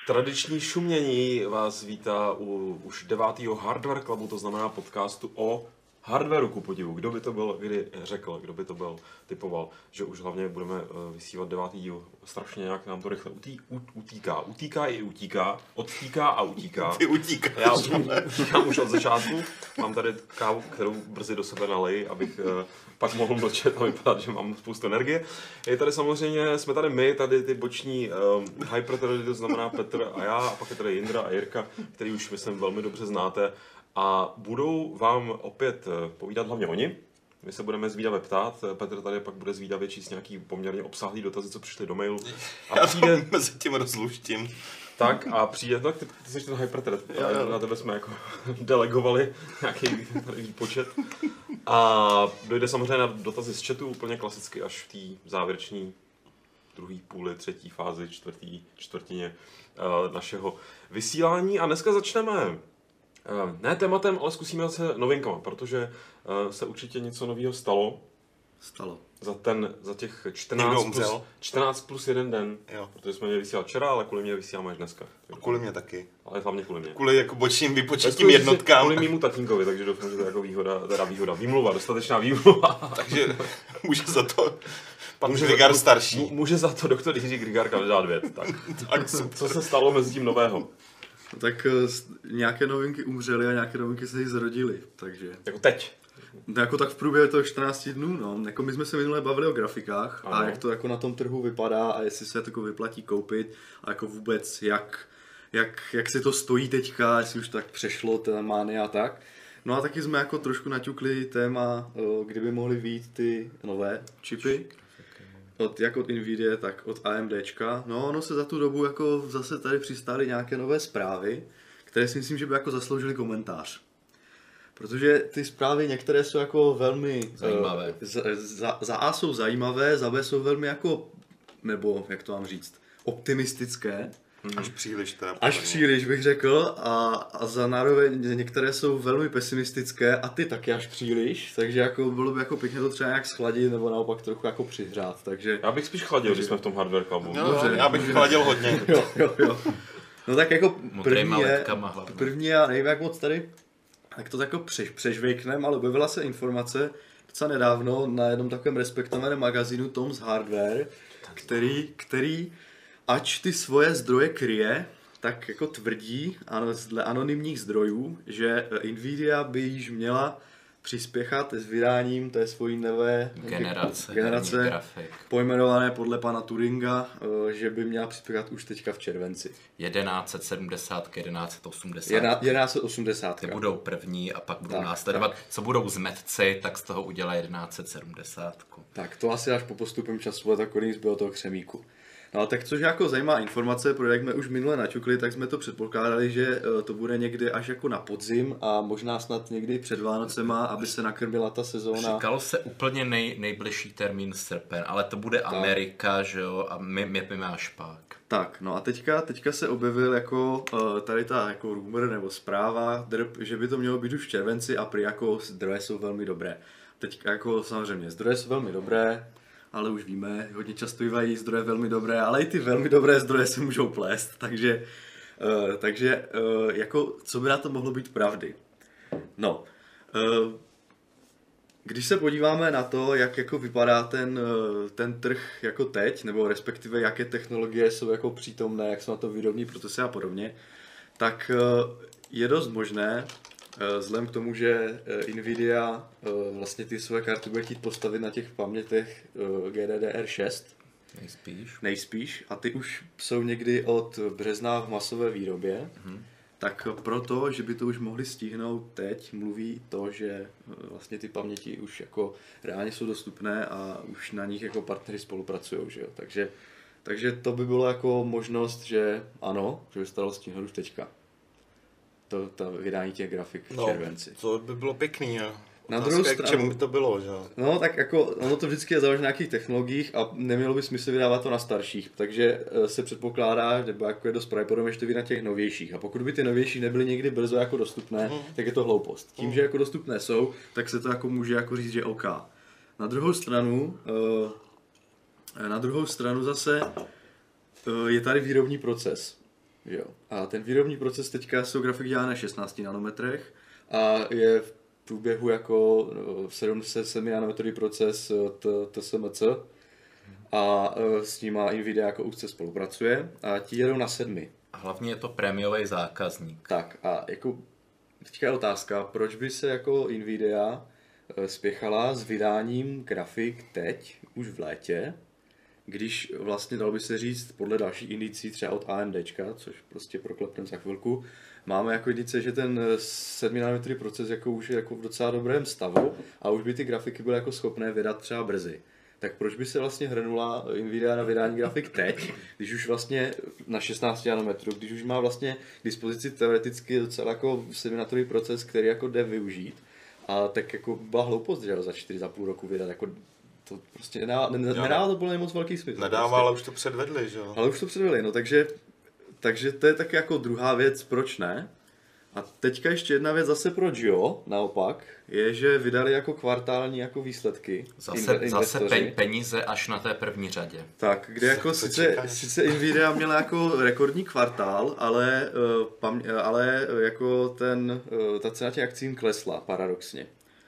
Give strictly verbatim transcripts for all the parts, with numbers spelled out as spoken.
Tradiční šumění vás vítá u už devátého Hardware Clubu, to znamená podcastu o hardwareu, ku podivu. Kdo by to byl kdy řekl, kdo by to byl typoval, že už hlavně budeme vysílat devátý díl. Strašně nějak nám to rychle utí, utíká. Utíká i utíká, odtíká a utíká. Ty utíkáš. Já utíkám už od začátku. Mám tady kávu, kterou brzy do sebe naleji, abych uh, pak mohl mlčet a vypadat, že mám spoustu energie. Je tady samozřejmě, jsme tady my, tady ty boční um, hypertredy, to znamená Petr a já, a pak je tady Jindra a Jirka, který už myslím velmi dobře znáte. A budou vám opět povídat hlavně oni. My se budeme zvídavě ptát. Petr tady pak bude zvídavě číst nějaký poměrně obsáhlý dotazy, co přišly do mailu. A přijde... Já mezi tím rozluštím. Tak a přijde, tak ty, ty jsi ten hyperthread. Na tebe jsme jako delegovali nějaký tady výpočet. A dojde samozřejmě na dotazy z chatu úplně klasicky až v té závěrečné druhé půli, třetí fázi, čtvrtý, čtvrtině uh, našeho vysílání. A dneska začneme ne tématem, ale zkusíme zase novinkama, protože uh, se určitě něco nového stalo. Stalo. Za ten, za těch čtrnáct plus, čtrnáct plus jeden den. Jo. Protože jsme měli vysílat včera, ale kvůli mě vysíláme až dneska. A kvůli mě taky. Ale hlavně kvůli mě. Kvůli jako bočním vypočetním jednotkám. Kvůli mému tatínkovi, takže doufám, že to je jako výhoda, teda výhoda, výmluva, dostatečná výmluva. Takže může za to pan Grigar starší. Může za to doktor Jiří Grigar, kandidát věd. Tak, tak co se stalo mezi tím nového? No tak nějaké novinky umřely a nějaké novinky se jich zrodily, takže... Jako teď? No, jako tak v průběhu toho čtrnácti dnů, no. Jako my jsme se minule bavili o grafikách ano. A jak to jako na tom trhu vypadá a jestli se to jako vyplatí koupit a jako vůbec jak, jak, jak si to stojí teďka, jestli už tak přešlo ta mánie a tak. No a taky jsme jako trošku naťukli téma, kdyby mohly vyjít ty nové čipy. Od, jak od Nvidia, tak od AMDčka. No, ono se za tu dobu jako zase tady přistály nějaké nové zprávy, které si myslím, že by jako zasloužily komentář. Protože ty zprávy některé jsou jako velmi... Zajímavé. Uh, za, za, za A jsou zajímavé, za B jsou velmi jako, nebo jak to mám říct, optimistické. Až příliš teda. Až příliš bych řekl a, a za nároveň některé jsou velmi pesimistické a ty taky až příliš, takže jako bylo by jako pěkně to třeba nějak schladit nebo naopak trochu jako přihřát, takže... Já bych spíš chladil, když jsme v tom Hardware Clubu. No, dobře, já bych chladil hodně. jo, jo, jo. No tak jako první je, první já nevím jak moc tady, tak to jako přeš, přežvejknem, ale objevila se informace docela nedávno na jednom takovém respektovaném magazínu Tom's Hardware, který, který ač ty svoje zdroje kryje, tak jako tvrdí, ano, dle anonymních zdrojů, že Nvidia by již měla přispěchat s vydáním té svojí nové generace, generace pojmenované podle pana Turinga, že by měla přispěchat už teďka v červenci. jedenáct sedmdesát, jedenáct osmdesát. jedenáct osmdesát. Ty budou první a pak budou tak, následovat. Tak. Co budou zmetci, tak z toho udělá jedenáct sedmdesát. Tak to asi až po postupem času, tak konec bylo toho křemíku. No tak což jako zajímavá informace, protože jak jsme už minule naťukli, tak jsme to předpokládali, že to bude někdy až jako na podzim a možná snad někdy před Vánocema, aby se nakrmila ta sezóna. Říkalo se úplně nej, nejbližší termín srpen, ale to bude tak. Amerika, že jo, a my, my, my má špák. Tak, no a teďka, teďka se objevil jako tady ta jako rumor nebo zpráva, drb, že by to mělo být už v červenci a prý jako zdroje jsou velmi dobré. Teďka jako samozřejmě zdroje jsou velmi dobré, ale už víme, hodně často bývají zdroje velmi dobré, ale i ty velmi dobré zdroje se můžou plést, takže, uh, takže uh, jako, co by na to mohlo být pravdy? No, uh, když se podíváme na to, jak jako vypadá ten, uh, ten trh jako teď, nebo respektive jaké technologie jsou jako přítomné, jak jsou na to výrobní procesy a podobně, tak uh, je dost možné, vzhledem k tomu, že Nvidia vlastně ty své karty bude chtít postavit na těch pamětech G D D R šest. Nejspíš. Nejspíš. A ty už jsou někdy od března v masové výrobě. Mm-hmm. Tak proto, že by to už mohli stihnout teď, mluví to, že vlastně ty paměti už jako reálně jsou dostupné a už na nich jako partneři spolupracují, že jo. Takže, takže to by bylo jako možnost, že ano, že by se dalo stihnout už teďka. To, to vydání těch grafik v no, červenci. To by bylo pěkný, jo. Na druhou stranu, k čemu by to bylo, že? No tak jako, ono to vždycky je založeno na nějakých technologiích a nemělo by smysl vydávat to na starších, takže se předpokládá, nebo jako je dost pravděpodobné, že to vyjde na těch novějších. A pokud by ty novější nebyly někdy brzo jako dostupné, mm. tak je to hloupost. Tím, mm. že jako dostupné jsou, tak se to jako může jako říct, že OK. Na druhou stranu, na druhou stranu zase je tady výrobní proces. Jo. A ten výrobní proces teďka jsou grafiky dělané na šestnácti nanometrech a je v průběhu jako sedm set sedm nanometrový proces T S M C a s ním Nvidia jako úzce spolupracuje a ti jedou na sedmi. A hlavně je to prémiový zákazník. Tak a jako teďka je otázka, proč by se jako Nvidia spěchala s vydáním grafik teď, už v létě, když vlastně dalo by se říct podle dalších indicí třeba od AMDčka, což prostě proklepneme za chvilku, máme jako indice, že ten sedm nanometrový proces jako už je jako v docela dobrém stavu a už by ty grafiky byly jako schopné vydat třeba brzy. Tak proč by se vlastně hrnula Nvidia na vydání grafik teď, když už vlastně na šestnácti nanometrů, když už má vlastně k dispozici teoreticky docela jako sedm nanometrový proces, který jako jde využít. A tak jako byla hloupost, že za čtyři a půl roku vydat, jako to prostě nedává, nedává to bylo moc velký smysl. Nedává, prostě. ale už to předvedli, že jo? Ale už to předvedli, no takže, takže to je taky jako druhá věc, proč ne? A teďka ještě jedna věc zase proč jo, naopak, je, že vydali jako kvartální jako výsledky. Zase, zase peníze až na té první řadě. Tak, kde jako sice, sice Nvidia měla jako rekordní kvartál, ale, ale jako ten, ta cena těch akcí klesla paradoxně.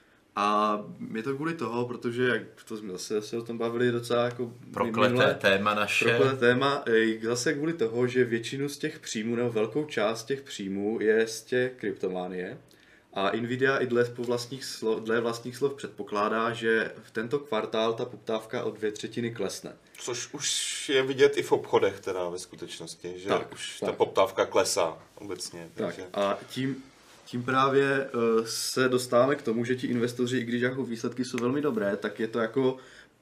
A je to kvůli toho, protože jak to jsme zase se o tom bavili docela jako prokleté minule, téma naše. Prokleté téma, zase kvůli toho, že většinu z těch příjmů nebo velkou část těch příjmů je z těch kryptománie. A Nvidia i dle vlastních slov, dle vlastních slov předpokládá, že v tento kvartál ta poptávka o dvě třetiny klesne. Což už je vidět i v obchodech teda ve skutečnosti, že tak, už tak. Ta poptávka klesá obecně. Tak takže... a tím Tím právě uh, se dostáváme k tomu, že ti investoři, i když jako výsledky jsou velmi dobré, tak je to jako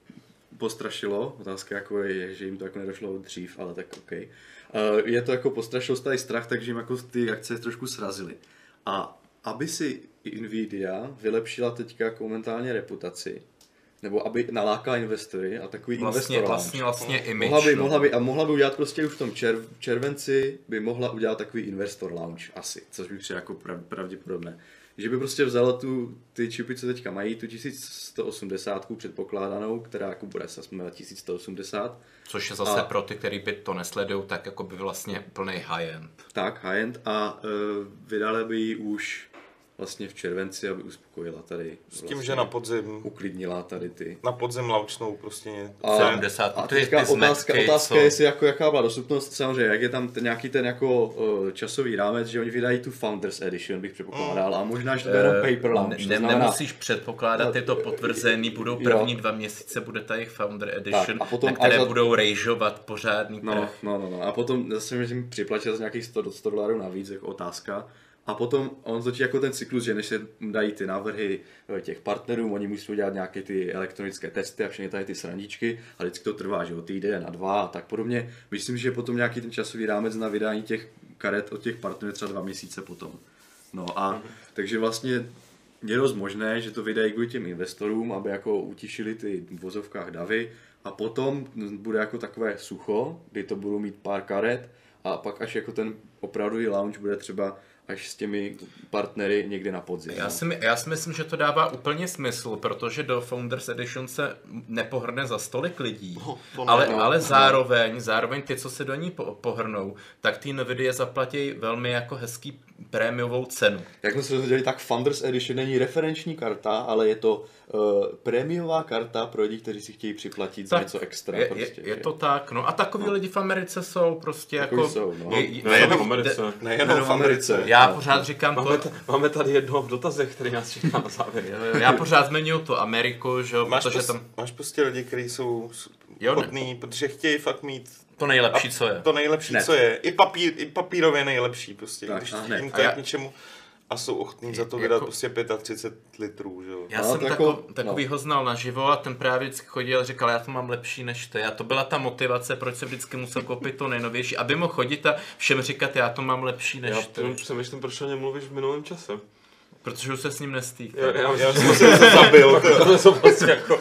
postrašilo. Otázka jako je, že jim to jako nedošlo dřív, ale tak OK. Uh, je to jako postrašilo tady strach, takže jim jako ty akcie trošku srazily. A aby si Nvidia vylepšila teďka jako momentálně reputaci, nebo aby nalákala investory a takový vlastně, investor vlastně, vlastně image. Mohla by, mohla by, a mohla by udělat prostě už v tom červ, červenci by mohla udělat takový investor launch asi, což by přijde jako prav, pravděpodobné. Že by prostě vzala tu, ty čipy, co teďka mají, tu tisíc sto osmdesát předpokládanou, která jako bude se tisíc sto osmdesát. Což je zase a, pro ty, kteří by to nesledují, tak jako by vlastně plný high-end. Tak, high-end a uh, vydali by ji už vlastně v červenci, aby uspokojila tady. S tím, vlastně že na podzim. Uklidnila tady ty. Na podzim laučnou prostě. A, sedmdesát. A teďka ty otázka, zmetky, otázka je, jestli jako, jaká byla dostupnost, samozřejmě, jak je tam ten, nějaký ten jako uh, časový rámec, že oni vydají tu Founders Edition, bych předpokládal, mm. a možná, že to bude uh, paper launch. Ne, znamená, nemusíš předpokládat, je to potvrzený, budou první jo. dva měsíce, bude ta jejich Founder Edition, tak, a potom, na které za... budou rejžovat pořádný no, trh. No, no, no, a potom zase mi připlatil z nějakých sto dolarů navíc, jako otázka. A potom on točí jako ten cyklus, že než se dají ty návrhy těch partnerů, oni musí udělat nějaké ty elektronické testy a všechny tady ty srandičky a vždycky to trvá, že o týden, na dva a tak podobně. Myslím, že potom nějaký ten časový rámec na vydání těch karet od těch partnerů třeba dva měsíce potom. No a mm-hmm. takže vlastně je dost možné, že to vydají kvůli těm investorům, aby jako utišili ty v vozovkách davy a potom bude jako takové sucho, kdy to budou mít pár karet a pak až jako ten opravdový launch bude třeba až s těmi partnery někde na podzim. Já si, já si myslím, že to dává úplně smysl, protože do Founders Edition se nepohrne za stolik lidí, no, ale, no, ale zároveň, zároveň ty, co se do ní po, pohrnou, tak ty Nvidia zaplatí velmi jako hezký prémiovou cenu. Jak jsme se dozvěděli, tak Founders Edition není referenční karta, ale je to uh, prémiová karta pro lidi, kteří si chtějí připlatit tak za něco extra. Je, prostě, je, je to tak, no a takový no. lidi v Americe jsou prostě takový jako... Jsou, no. je, nejenom v Americe. Nejenom v Americe. Já no. pořád říkám máme, to... T- máme tady jedno v dotazech, který nás čeká na závěr. Já pořád zmiňuji tu Ameriku, že jo, máš protože pos, tam... Máš prostě lidi, kteří jsou hodný, protože chtějí fakt mít... To nejlepší, co je. To nejlepší, ne. co je. I, papír, i papírově nejlepší prostě, tak, když jim to je k něčemu... A jsou ochotní za to vydat jako, prostě třicet pět litrů, že jo. Já no, jsem tako, jako, takový no. ho znal naživo a ten právě vždycky chodil a říkal, já to mám lepší než ty. A to byla ta motivace, proč se vždycky musel koupit to nejnovější, aby mohl chodit a všem říkat, já to mám lepší než já ty. Já přemýšlím, proč o něm mluvíš v minulém čase. Protože už se s ním nestýká. Já, já, já jsem se zabil. To jsou prostě jako...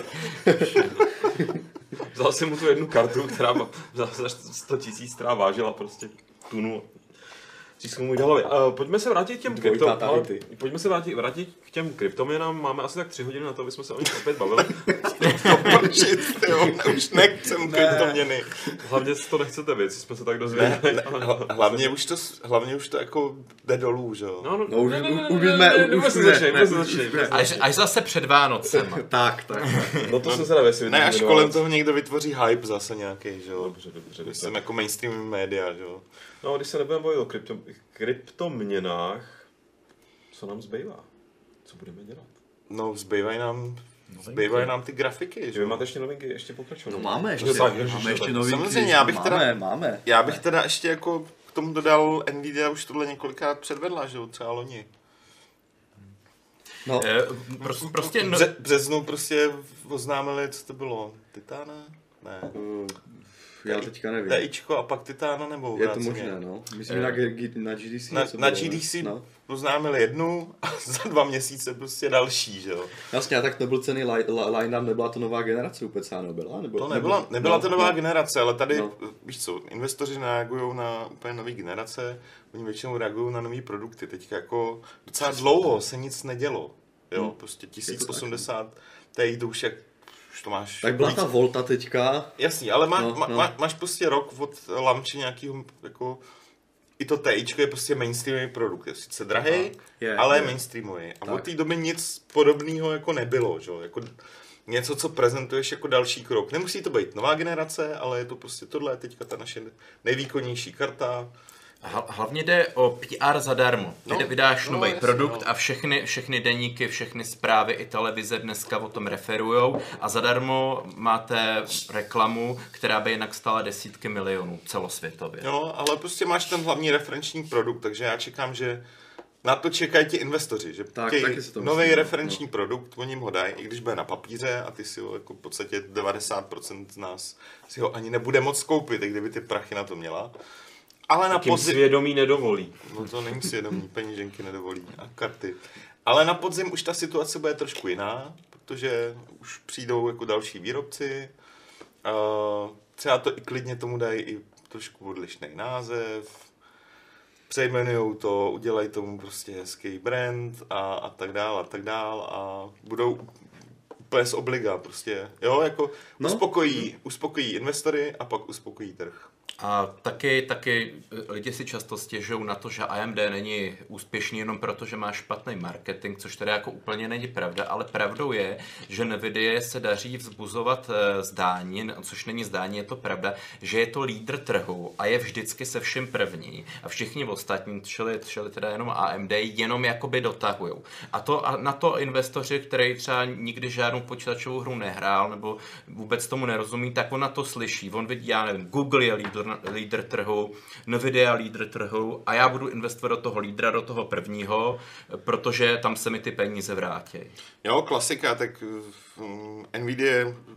Vzal si mu tu jednu kartu, která za sto tisíc, která vážila prostě tunu. Stisknu můj do hlavy. Uh, pojďme se vrátit k těm krypto... Ale, pojďme se vrátit, vrátit k těm kryptoměnám. Máme asi tak tři hodiny na to, aby jsme se o nich opět bavili. To prčit, jo, už nechcem kryptoměny. Hlavně to nechcete věci, jsme se tak dozvěděli. Ne, ne, hlavně, už to, hlavně už to jako jde dolů, že jo? No, no, no už, ne, ne, ne, už ne, jsme, ne, ne, už už jsme, začali, už začali. Až, až zase před Vánocem. tak, tak. No to jsem se nevím. Ne, až kolem toho někdo vytvoří hype zase nějaký, že jo? Dobře, dobře. Už jsem jako mainstream média, že jo? No, když se nebudeme bavit o krypto, kryptoměnách, co nám zbývá? Co budeme dělat? No, zbývají nám, zbývají nám ty grafiky, že jo? Vy máte ještě novinky, ještě pokračovat. No máme ještě, tak, máme ještě novinky. Samozřejmě, já bych teda, máme, máme. Já bych teda ještě jako k tomu dodal, Nvidia už tohle několikrát předvedla, že jo, třeba loni. No. E, prostě, prostě no... Bře, březnu prostě oznámili, co to bylo, Titána? Ne. Uh, já teďka nevím. TIčko a pak Titána nebo je to možné, no. Myslím e... na, na G D C. Na, na G D C no. Oznámili jednu a za dva měsíce prostě další, že jo. Jasně, a tak to byl cený line-up, nebyla to nová generace vůbec, nebyla? Nebo, to nebyla, nebyla no, to nová no. generace, ale tady, no. víš co, investoři reagují na úplně nové generace, oni většinou reagují na nové produkty. Teď jako docela dlouho se nic nedělo, jo, hmm. prostě tisíc osmdesát, Ti to už jak už to máš... Tak byla víc. Ta Volta teďka. Jasný, ale má, no, má, no. Má, máš prostě rok od launche nějakého, jako, i to TIčko je prostě mainstreamový produkt, je sice drahý, je, ale je mainstreamový. A tak. Od té doby nic podobného jako nebylo, že? Jako něco, co prezentuješ jako další krok. Nemusí to být nová generace, ale je to prostě tohle, teďka ta naše nejvýkonnější karta. Hlavně jde o P R zadarmo. Ty no, vydáš no, nový produkt no. a všechny, všechny deníky, všechny zprávy i televize dneska o tom referujou a zadarmo máte reklamu, která by jinak stála desítky milionů celosvětově. No, ale prostě máš ten hlavní referenční produkt, takže já čekám, že na to čekají ti investoři, že tak, nový referenční no. produkt, oni jim ho dají, i když bude na papíře a ty si ho jako v podstatě devadesát procent z nás si ho ani nebude moc koupit, i kdyby ty prachy na to měla. Ale na podzim... svědomí nedovolí. No to není svědomí, peníženky nedovolí a karty. Ale na podzim už ta situace bude trošku jiná, protože už přijdou jako další výrobci. Uh, třeba to i klidně tomu dají i trošku odlišný název. Přejmenujou to, udělají tomu prostě hezký brand a, a tak dál a tak dál a budou úplně z obliga prostě. Jo, jako no. uspokojí, uspokojí investory a pak uspokojí trh. A taky, taky lidi si často stěžují na to, že A M D není úspěšný jenom proto, že má špatný marketing, což teda jako úplně není pravda, ale pravdou je, že Nvidia se daří vzbuzovat zdání, což není zdání, je to pravda, že je to lídr trhu a je vždycky se vším první a všichni ostatní, čili, čili teda jenom A M D, jenom jakoby dotahujou. A to a na to investoři, který třeba nikdy žádnou počítačovou hru nehrál nebo vůbec tomu nerozumí, tak on na to slyší. On vidí, já nevím, Google je lídr lídr trhu, Nvidia lídr trhu a já budu investovat do toho lídra, do toho prvního, protože tam se mi ty peníze vrátí. Jo, klasika, tak um, Nvidia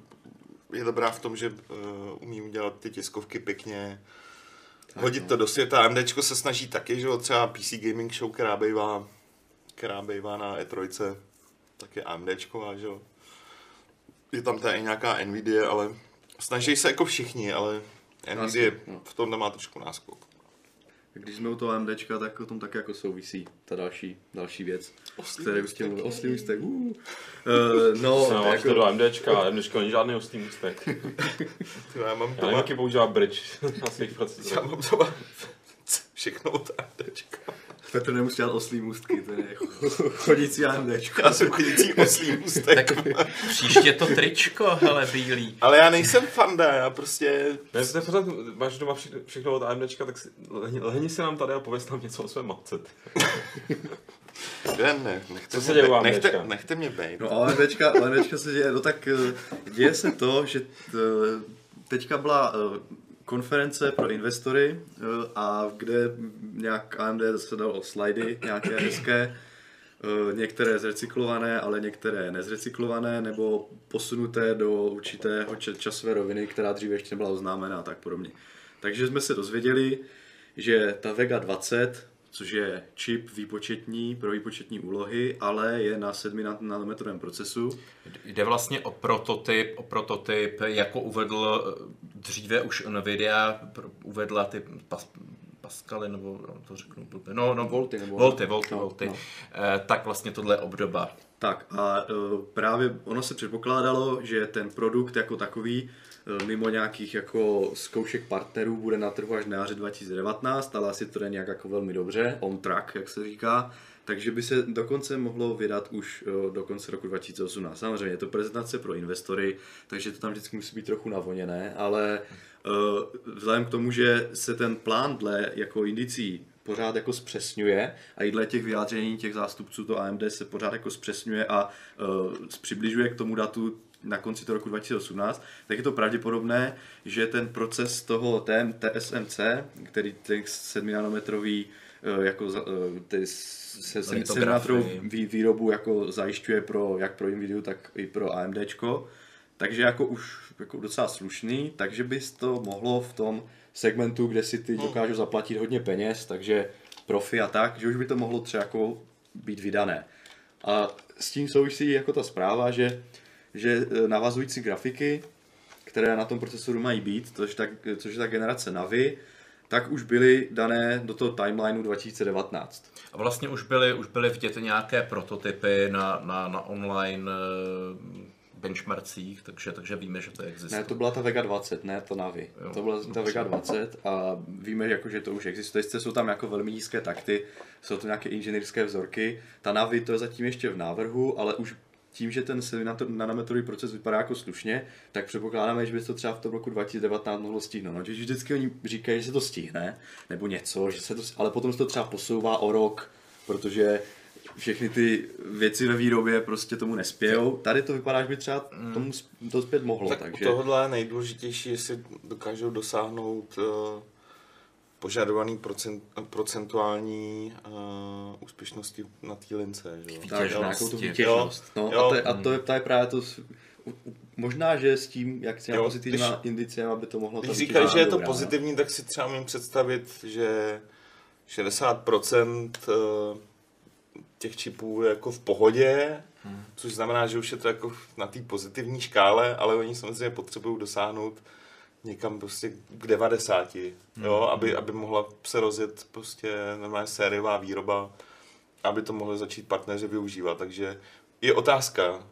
je dobrá v tom, že uh, umí udělat ty tiskovky pěkně, tak, hodit no. to do světa. AMDčko se snaží taky, že třeba P C Gaming Show, která bývá, která bývá na E tři, tak je AMDčková, že jo. Je tam tady nějaká Nvidia, ale snaží se jako všichni, ale Nvidia no. v tom nemá trošku náskok. Když jsme u toho AMDčka, tak o tom taky jako souvisí ta další, další věc. Oslý můstek. Oslý můstek. Uh. Uh, no, no jako... to do AMDčka, AMDčka není žádný oslý můstek. já mám já nevím, jaký používá bridge na svých procesech. Já mám doma všechno od AMDčka. Petr nemusí dělat oslý můstky, to je chodící AMDčko. Já jsem chodící oslý můstek. Tak příště to tričko, hele, bílý. Ale já nejsem fanda, já prostě... Ne, to je pořád, máš doma všechno, všechno od AMDčka, tak si, lehni, lehni si nám tady a pověz nám něco o své matce. Ne, ne, nechte, Co se děje u AMDčka? Nechte, nechte mě bejt. No AMDčka, AMDčka se děje, no tak děje se to, že t, teďka byla konference pro investory a kde nějak A M D zase dalo slidy nějaké hezké, některé zrecyklované, ale některé nezrecyklované nebo posunuté do určitého časové roviny, která dříve ještě nebyla oznámená a tak podobně. Takže jsme se dozvěděli, že ta Vega dvacet, což je čip výpočetní pro výpočetní úlohy, ale je na sedmi nanometrovém procesu. Jde vlastně o prototyp, o prototyp, jako uvedl dříve už Nvidia, uvedla ty Paskaly, nebo no, to řeknu blbě, no, no, volty, nebo volty, volty, no, volty. No. Eh, tak vlastně tohle je obdoba. Tak a uh, právě ono se předpokládalo, že ten produkt jako takový uh, mimo nějakých jako zkoušek partnerů bude na trhu až na jaře dva tisíce devatenáct, ale asi to jde nějak jako velmi dobře, on track, jak se říká, takže by se dokonce mohlo vydat už uh, do konce roku dva tisíce osmnáct. Samozřejmě je to prezentace pro investory, takže to tam vždycky musí být trochu navoněné, ale uh, vzhledem k tomu, že se ten plán dle jako indicí pořád jako zpřesňuje a i dle těch vyjádření těch zástupců to A M D se pořád jako zpřesňuje a uh, přibližuje k tomu datu na konci toho roku dva tisíce osmnáct, tak je to pravděpodobné, že ten proces toho T S M C, který ten sedminanometrový uh, jako uh, se sedminanometrovou výrobu jako zajišťuje pro, jak pro Nvidia, tak i pro AMDčko, takže jako už jako docela slušný, takže bys to mohlo v tom segmentu, kde si ty dokážou zaplatit hodně peněz, takže profi a tak, že už by to mohlo třeba jako být vydané. A s tím souvisí jako ta zpráva, že, že navazující grafiky, které na tom procesoru mají být, což, tak, což je ta generace Navi, tak už byly dané do toho timelineu dva tisíce devatenáct. A vlastně už byly, už byly vidět nějaké prototypy na, na, na online benchmarkcích, takže, takže víme, že to existuje. Ne, to byla ta Vega dvacet, ne to Navi. Jo, to byla ta Vega dvacet a víme, jako, že to už existuje. Jsou tam jako velmi nízké takty, jsou to nějaké inženýrské vzorky. Ta Navi to je zatím ještě v návrhu, ale už tím, že ten sedminanometrový proces vypadá jako slušně, tak předpokládáme, že by se to třeba v tom roku dva tisíce devatenáct mohlo stihnout. No, že vždycky oni říkají, že se to stihne, nebo něco, že se to, ale potom se to třeba posouvá o rok, protože všechny ty věci ve výrobě prostě tomu nespějou. Tady to vypadá, že by třeba tomu to zpět mohlo. Tak takže... u tohohle je nejdůležitější, jestli dokážou dosáhnout uh, požadovaný procent, procentuální uh, úspěšnosti na té lince. Že? Tak, nějakou tu výtěžnost. No, a, to je, a to je, to je právě to... Možná, že s tím, jak s těma pozitivníma indiciem, aby to mohlo... Když říkají, že je to pozitivní, tak si třeba můžu představit, že šedesát procent uh, těch čipů je jako v pohodě, hmm. což znamená, že už je to jako na té pozitivní škále, ale oni samozřejmě potřebují dosáhnout někam prostě k devadesáti, hmm. jo, aby, aby mohla se rozjet prostě normálně sériová výroba, aby to mohli začít partneři využívat, takže je otázka, uh,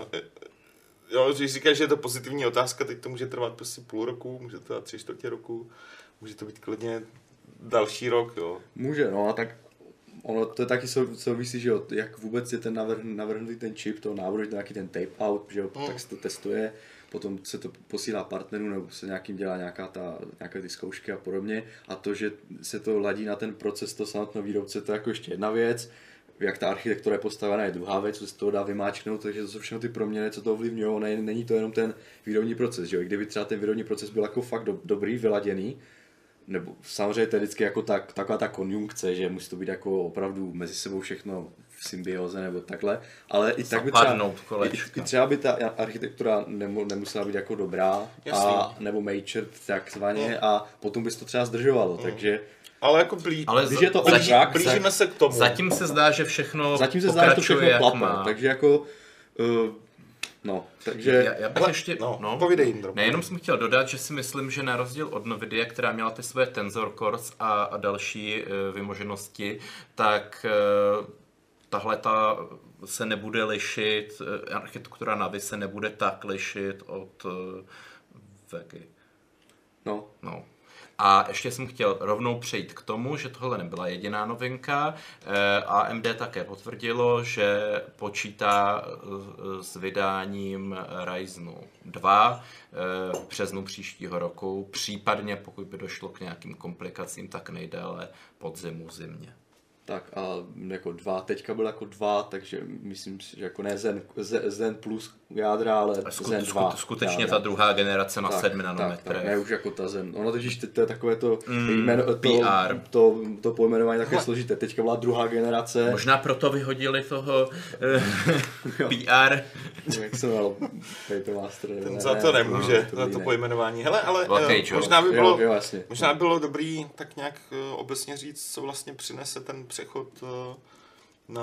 jo, když říkáš, že je to pozitivní otázka, teď to může trvat prostě půl roku, může to trvat tři čtvrtě roku, může to být klidně další rok, jo. Může, no a tak ono to je taky souvisí, že jo, jak vůbec je ten navrh, navrhnutý ten čip toho návodu, že to nějaký ten tape out, že jo, mm. tak se to testuje, potom se to posílá partnerům nebo se nějakým dělá nějaká ta, nějaké ty zkoušky a podobně a to, že se to ladí na ten proces toho samotného výrobce, to je jako ještě jedna věc, jak ta architektura je postavená je druhá věc, co se toho dá vymáčknout, takže to jsou všechno ty proměny, co to ovlivňují, ne, není to jenom ten výrobní proces, že jo, i kdyby třeba ten výrobní proces byl jako fakt do, dobrý, vyladěný, nebo samozřejmě to je vždycky jako tak, taková ta konjunkce, že musí to být jako opravdu mezi sebou všechno v symbioze nebo takhle, ale i tak by třeba, i, i třeba by ta architektura nemu, nemusela být jako dobrá, a, nebo matured takzvaně a potom by se to třeba zdržovalo, mm. takže ale jako blí... ale když je to zatím, track, blížíme se k tomu. Zatím se zdá, že všechno zatím se zdá, že to všechno klapá, takže jako uh, no, takže... Já, já bych ale, ještě... No, no, povídej jim. Nejenom jsem chtěl dodat, že si myslím, že na rozdíl od Nvidia, která měla ty své Tensor Cores a, a další uh, vymoženosti, tak uh, tahle ta se nebude lišit, uh, architektura Navi se nebude tak lišit od uh, Vegy. No. No. A ještě jsem chtěl rovnou přejít k tomu, že tohle nebyla jediná novinka. A M D také potvrdilo, že počítá s vydáním Ryzenu dva v březnu příštího roku. Případně, pokud by došlo k nějakým komplikacím, tak nejdéle podzimu zimě. Tak a jako dva, teďka byl jako dva, takže myslím si, že jako ne Zen, Zen plus jádra, ale Skut, Zen dva. Skut, skutečně jádra. Ta druhá generace na sedmi nanometrech. Ne už jako ta Zen. Ono totiž to je takové to, mm, jméno, to, P R. to, to pojmenování takové složité. Teďka byla druhá generace. Možná proto vyhodili toho P R. Jak se jmenovalo? Papermaster. Ten za to nemůže, no, to za to ne. Pojmenování. Hele, ale okay, možná by bylo, jo, jo, možná bylo dobrý tak nějak obecně říct, co vlastně přinese ten přechod na,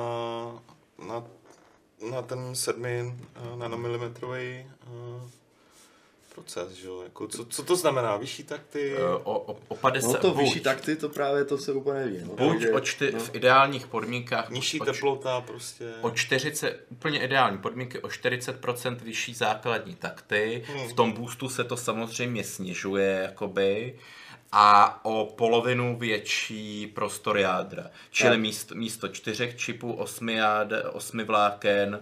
na, na ten sedmi nanomilimetrový proces, že jo? Jako, co, co to znamená? Vyšší takty? O, o, o padesát, No to buď, vyšší takty, to právě to se úplně neví. No. buď Takže, o čty, no. v ideálních podmínkách Nižší o, teplota prostě. o čtyřicet, úplně ideální podmínky, o čtyřicet procent vyšší základní takty. Hmm. V tom boostu se to samozřejmě snižuje, jakoby. A o polovinu větší prostor jádra. Čili místo, místo čtyřech čipů, osmi, jáde, osmi vláken,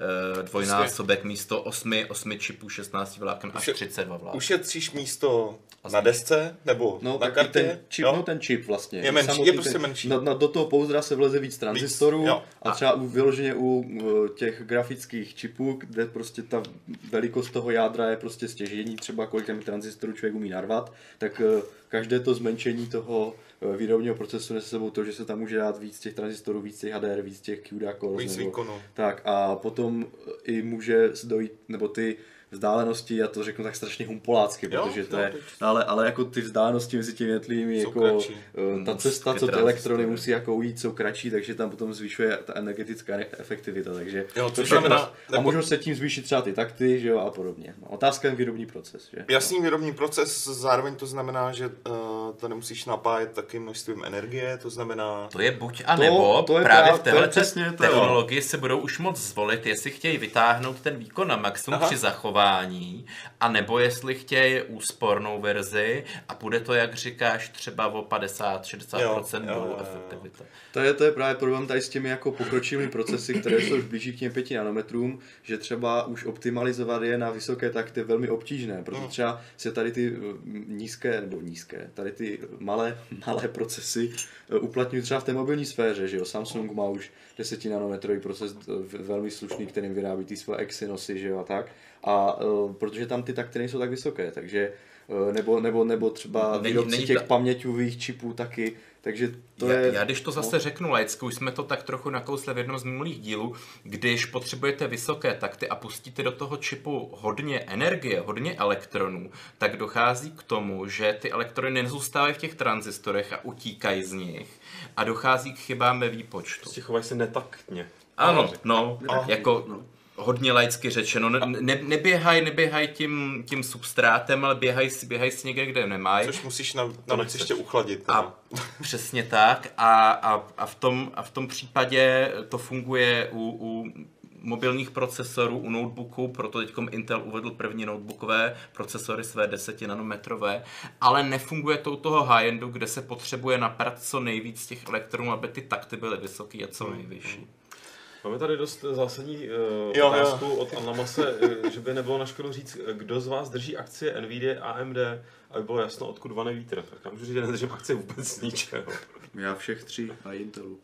dvojnásobek místo osmi, osmi čipů, šestnácti vláken až třicet dva vláken. Ušetříš místo na desce nebo No, na tak kartě? ten čip, jo? no ten čip vlastně. Je menší, Samotný je prostě ten, menší. Na, na, do toho pouzdra se vleze víc tranzistorů Víc, jo. a třeba u, vyloženě u uh, těch grafických čipů, kde prostě ta velikost toho jádra je prostě stěžení, třeba kolik tam tranzistorů člověk umí narvat, tak uh, každé to zmenšení toho uh, výrobního procesu nese sebou to, že se tam může dát víc těch tranzistorů, víc těch H D R, víc těch Q D A cores. Víc nebo, výkonu. tak a potom i může dojít, nebo ty vzdálenosti, já to řeknu tak strašně humpolácky, Jo, protože to jo, je, teď. ale, ale jako ty vzdálenosti mezi těmi jednotlivými, Jsou jako kratší. uh, ta cesta, Ty co ty transistory. elektrony musí jako ujít, jsou kratší, takže tam potom zvyšuje ta energetická efektivita, takže Jo, to což všechno- znamená, a jako- můžou se tím zvýšit třeba ty takty, že jo, a podobně. No, otázka je výrobní proces, že? Jasný výrobní proces, zároveň to znamená, že uh, to nemusíš napájet takým množstvím energie, to znamená... To je buď a To- nebo, to je právě právě- v to je téhle přesně to, jo. technologii se budou už moc zvolit, jestli chtějí vytáhnout ten výkon na maximum Aha. při zachování, a nebo jestli chtějí úspornou verzi a bude to, jak říkáš, třeba o padesát až šedesát procent Jo, jo, dolů jo, jo. efektivita. To je, to je právě problém tady s těmi jako pokročilými procesy, které jsou už blíží k těm pěti nanometrům, že třeba už optimalizovat je na vysoké takty je velmi obtížné, protože třeba se tady ty uh, nízké, nebo nízké, tady ty malé, malé procesy uh, uplatňují třeba v té mobilní sféře, že jo, Samsung má už desetinanometrový proces uh, velmi slušný, kterým vyrábí ty své Exynosy, že jo, a tak, a uh, protože tam ty takty nejsou tak vysoké, takže uh, nebo, nebo, nebo třeba Není- výrobci není těch ta- paměťových čipů taky, takže to já, je... já když to zase no. řeknu laicky, už jsme to tak trochu nakousli v jednom z minulých dílů, když potřebujete vysoké takty a pustíte do toho čipu hodně energie, hodně elektronů, tak dochází k tomu, že ty elektrony nezůstávají v těch tranzistorech a utíkají z nich a dochází k chybám ve výpočtu. Prostě chovají se netaktně. Ano, no, A- jako no. hodně laicky řečeno, ne, ne, neběhaj, neběhaj tím, tím substrátem, ale běhaj si, běhaj si někde, kde nemají. Což musíš na, na noc nechceš. ještě uchladit. A teda. přesně tak. A, a, a, v tom, a v tom případě to funguje u, u mobilních procesorů, u notebooků, proto teď Intel uvedl první notebookové procesory své desetinanometrové, ale nefunguje to u toho high-endu, kde se potřebuje naprat co nejvíc těch elektronů, aby ty takty byly vysoký a co nejvyšší. Máme tady dost zásadní uh, Jo, otázku jo. od Anamase, uh, že by nebylo na škodu říct, kdo z vás drží akcie Nvidia, A M D, aby bylo jasno, odkud vane vítr. Tak já můžu říct, že nedržím akcie vůbec z ničeho. Já všech tří a Intelu.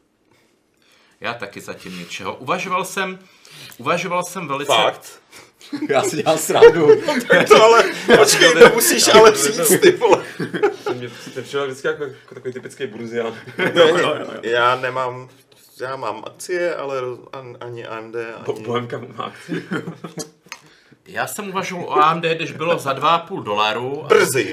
Já taky zatím něčeho. Uvažoval jsem, uvažoval jsem velice... Fakt? Já si dělám srandu. To ale, počkej, to musíš ale říct, ty vole. To mě to přišlo vždycky jako, jako takový typický burzián. Já nemám, já mám akcie, ale roz, an, ani A M D, Bo- ani... Bohemka má akcie. Já jsem uvažoval o A M D, když bylo za dva a půl dolaru. A... Brzy.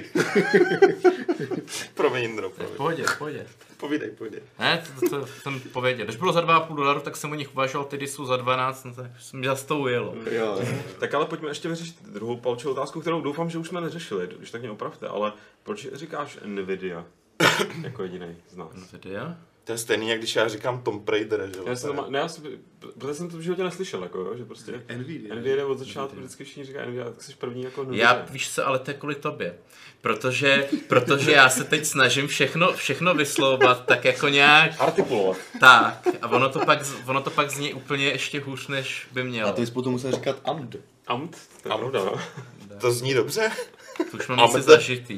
Promiň, Indro, promiň. Pohodě, pohodě. Povídej, povídej. Ne, to, to, to jsem pověděl. Když bylo za dva a půl dolaru, tak jsem o nich uvažoval, ty, když jsou za dvanáct, no tak jsem mi zase to ujelo. Jo, Tak ale pojďme ještě vyřešit druhou palčovou otázku, kterou doufám, že už jsme neřešili, když tak mě opravte, ale proč říkáš Nvidia jako jediný z nás? Nvidia? To je stejný, jak když já říkám Tomb Raider, že jo? Já jsem to, má- ne, já jsem, protože jsem to v životě neslyšel, jako, jo, že prostě Nvidia. Nvidia od začátku vždycky všichni říkají Nvidia, tak jsi první jako Nvidia. Já, víš co, ale to je kvůli tobě. Protože, protože já se teď snažím všechno, všechno vyslovovat tak jako nějak Artikulovat. tak. A ono to pak, ono to pak zní úplně ještě hůř, než by mělo. A to jsi potom musel říkat A M D. Amt, to je pravda, no. To zní dobře? To už mám A asi mezi- zažitý.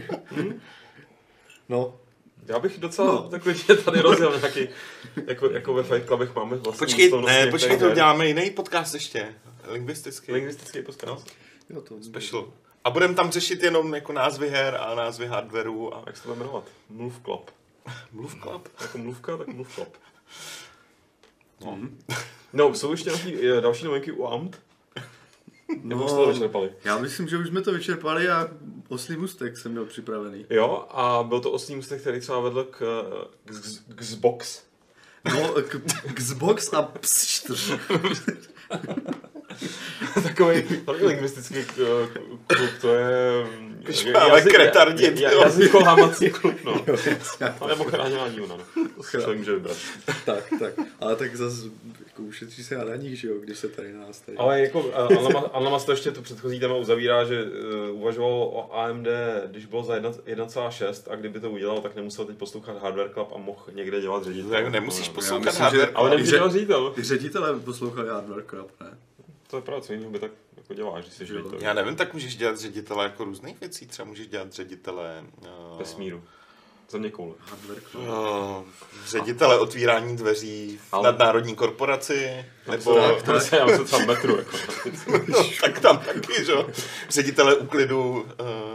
No, Já bych docela No. takový tady rozjel nějaký, jako, jako ve Fight Clubech máme vlastně Počkej, výslovnost ne, počkej, některých to her. uděláme jiný podcast ještě. Lingvistický. Lingvistický podcast. jo to. Special. A budeme tam řešit jenom jako názvy her a názvy hardwareu a Jak se to bude jmenovat? Mluvklap. Mluv Club. Jako mluvka, tak mluvklap. No. no, jsou ještě nějaký eh, další novinky u Amt? Nebo už jste to vyčerpali? Já myslím, že už jsme to vyčerpali a oslý můstek jsem měl připravený. Jo, a byl to osmý můstek, který třeba vedl k, k, k, k Xbox. No, k, Xbox a pstr. takový lingvistický klub, to je... Jazyk, retardit, ja, ja, jazykolámací klub, no. Nebo chráněná dílna, no. Člověk může vybrat. Tak, tak. Ale tak zase jako ušetří se na daních, že jo, když se tady nás tady... Ale jako Anlamas to ještě tu předchozí téma uzavírá, že uh, uvažoval o A M D, když bylo za jedna celá šest a kdyby to udělal, tak nemusel teď poslouchat Hardware Club a mohl někde dělat ředitel. Tak nemusíš poslouchat myslím, Hardware že- Ale nemůže Že- dělat ředitel. Ty ředitelé poslouchali Hardware Club, ne? To je pravda, co jiného by tak jako děláš, když jsi ředitel. Já nevím, tak můžeš dělat ředitele jako různých věcí, třeba můžeš dělat ředitele... Uh, Vesmíru. Za mě koule. Hardware Club. Uh, ředitele otvírání dveří v Ale- nadnárodní korporaci, nebo... Tak, to se já třeba metru, jako. No, tak tam taky, že jo. Ředitele úklidu uh,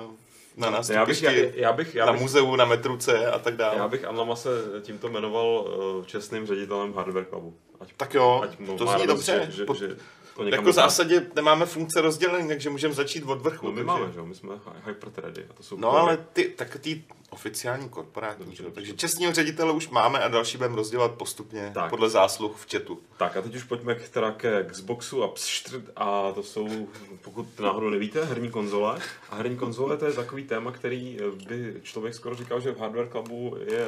na Já bych, nástupišti, já, já bych, já na bych, muzeu, na metru C a tak dále. já bych Anlamase tímto jmenoval uh, čestným ředitelem Hardware Clubu. Ať, Tak jo, ať mu to má zní radost, dobře. Že, že, Po- že to někam Jako v dostane. zásadě nemáme funkce rozdělení, takže můžeme začít od vrchu. No my takže- máme, že jo, my jsme hy- hypertredy a to jsou No kovy. ale ty, tak ty oficiální korporátní, Dobře, že jo. dobře. Takže čestního ředitele už máme a další budeme rozdělat postupně Tak. podle zásluh v chatu. Tak a teď už pojďme k, teda ke Xboxu a pstřt, a to jsou, pokud náhodou nevíte, herní konzole. A herní konzole to je takový téma, který by člověk skoro říkal, že v Hardware Clubu je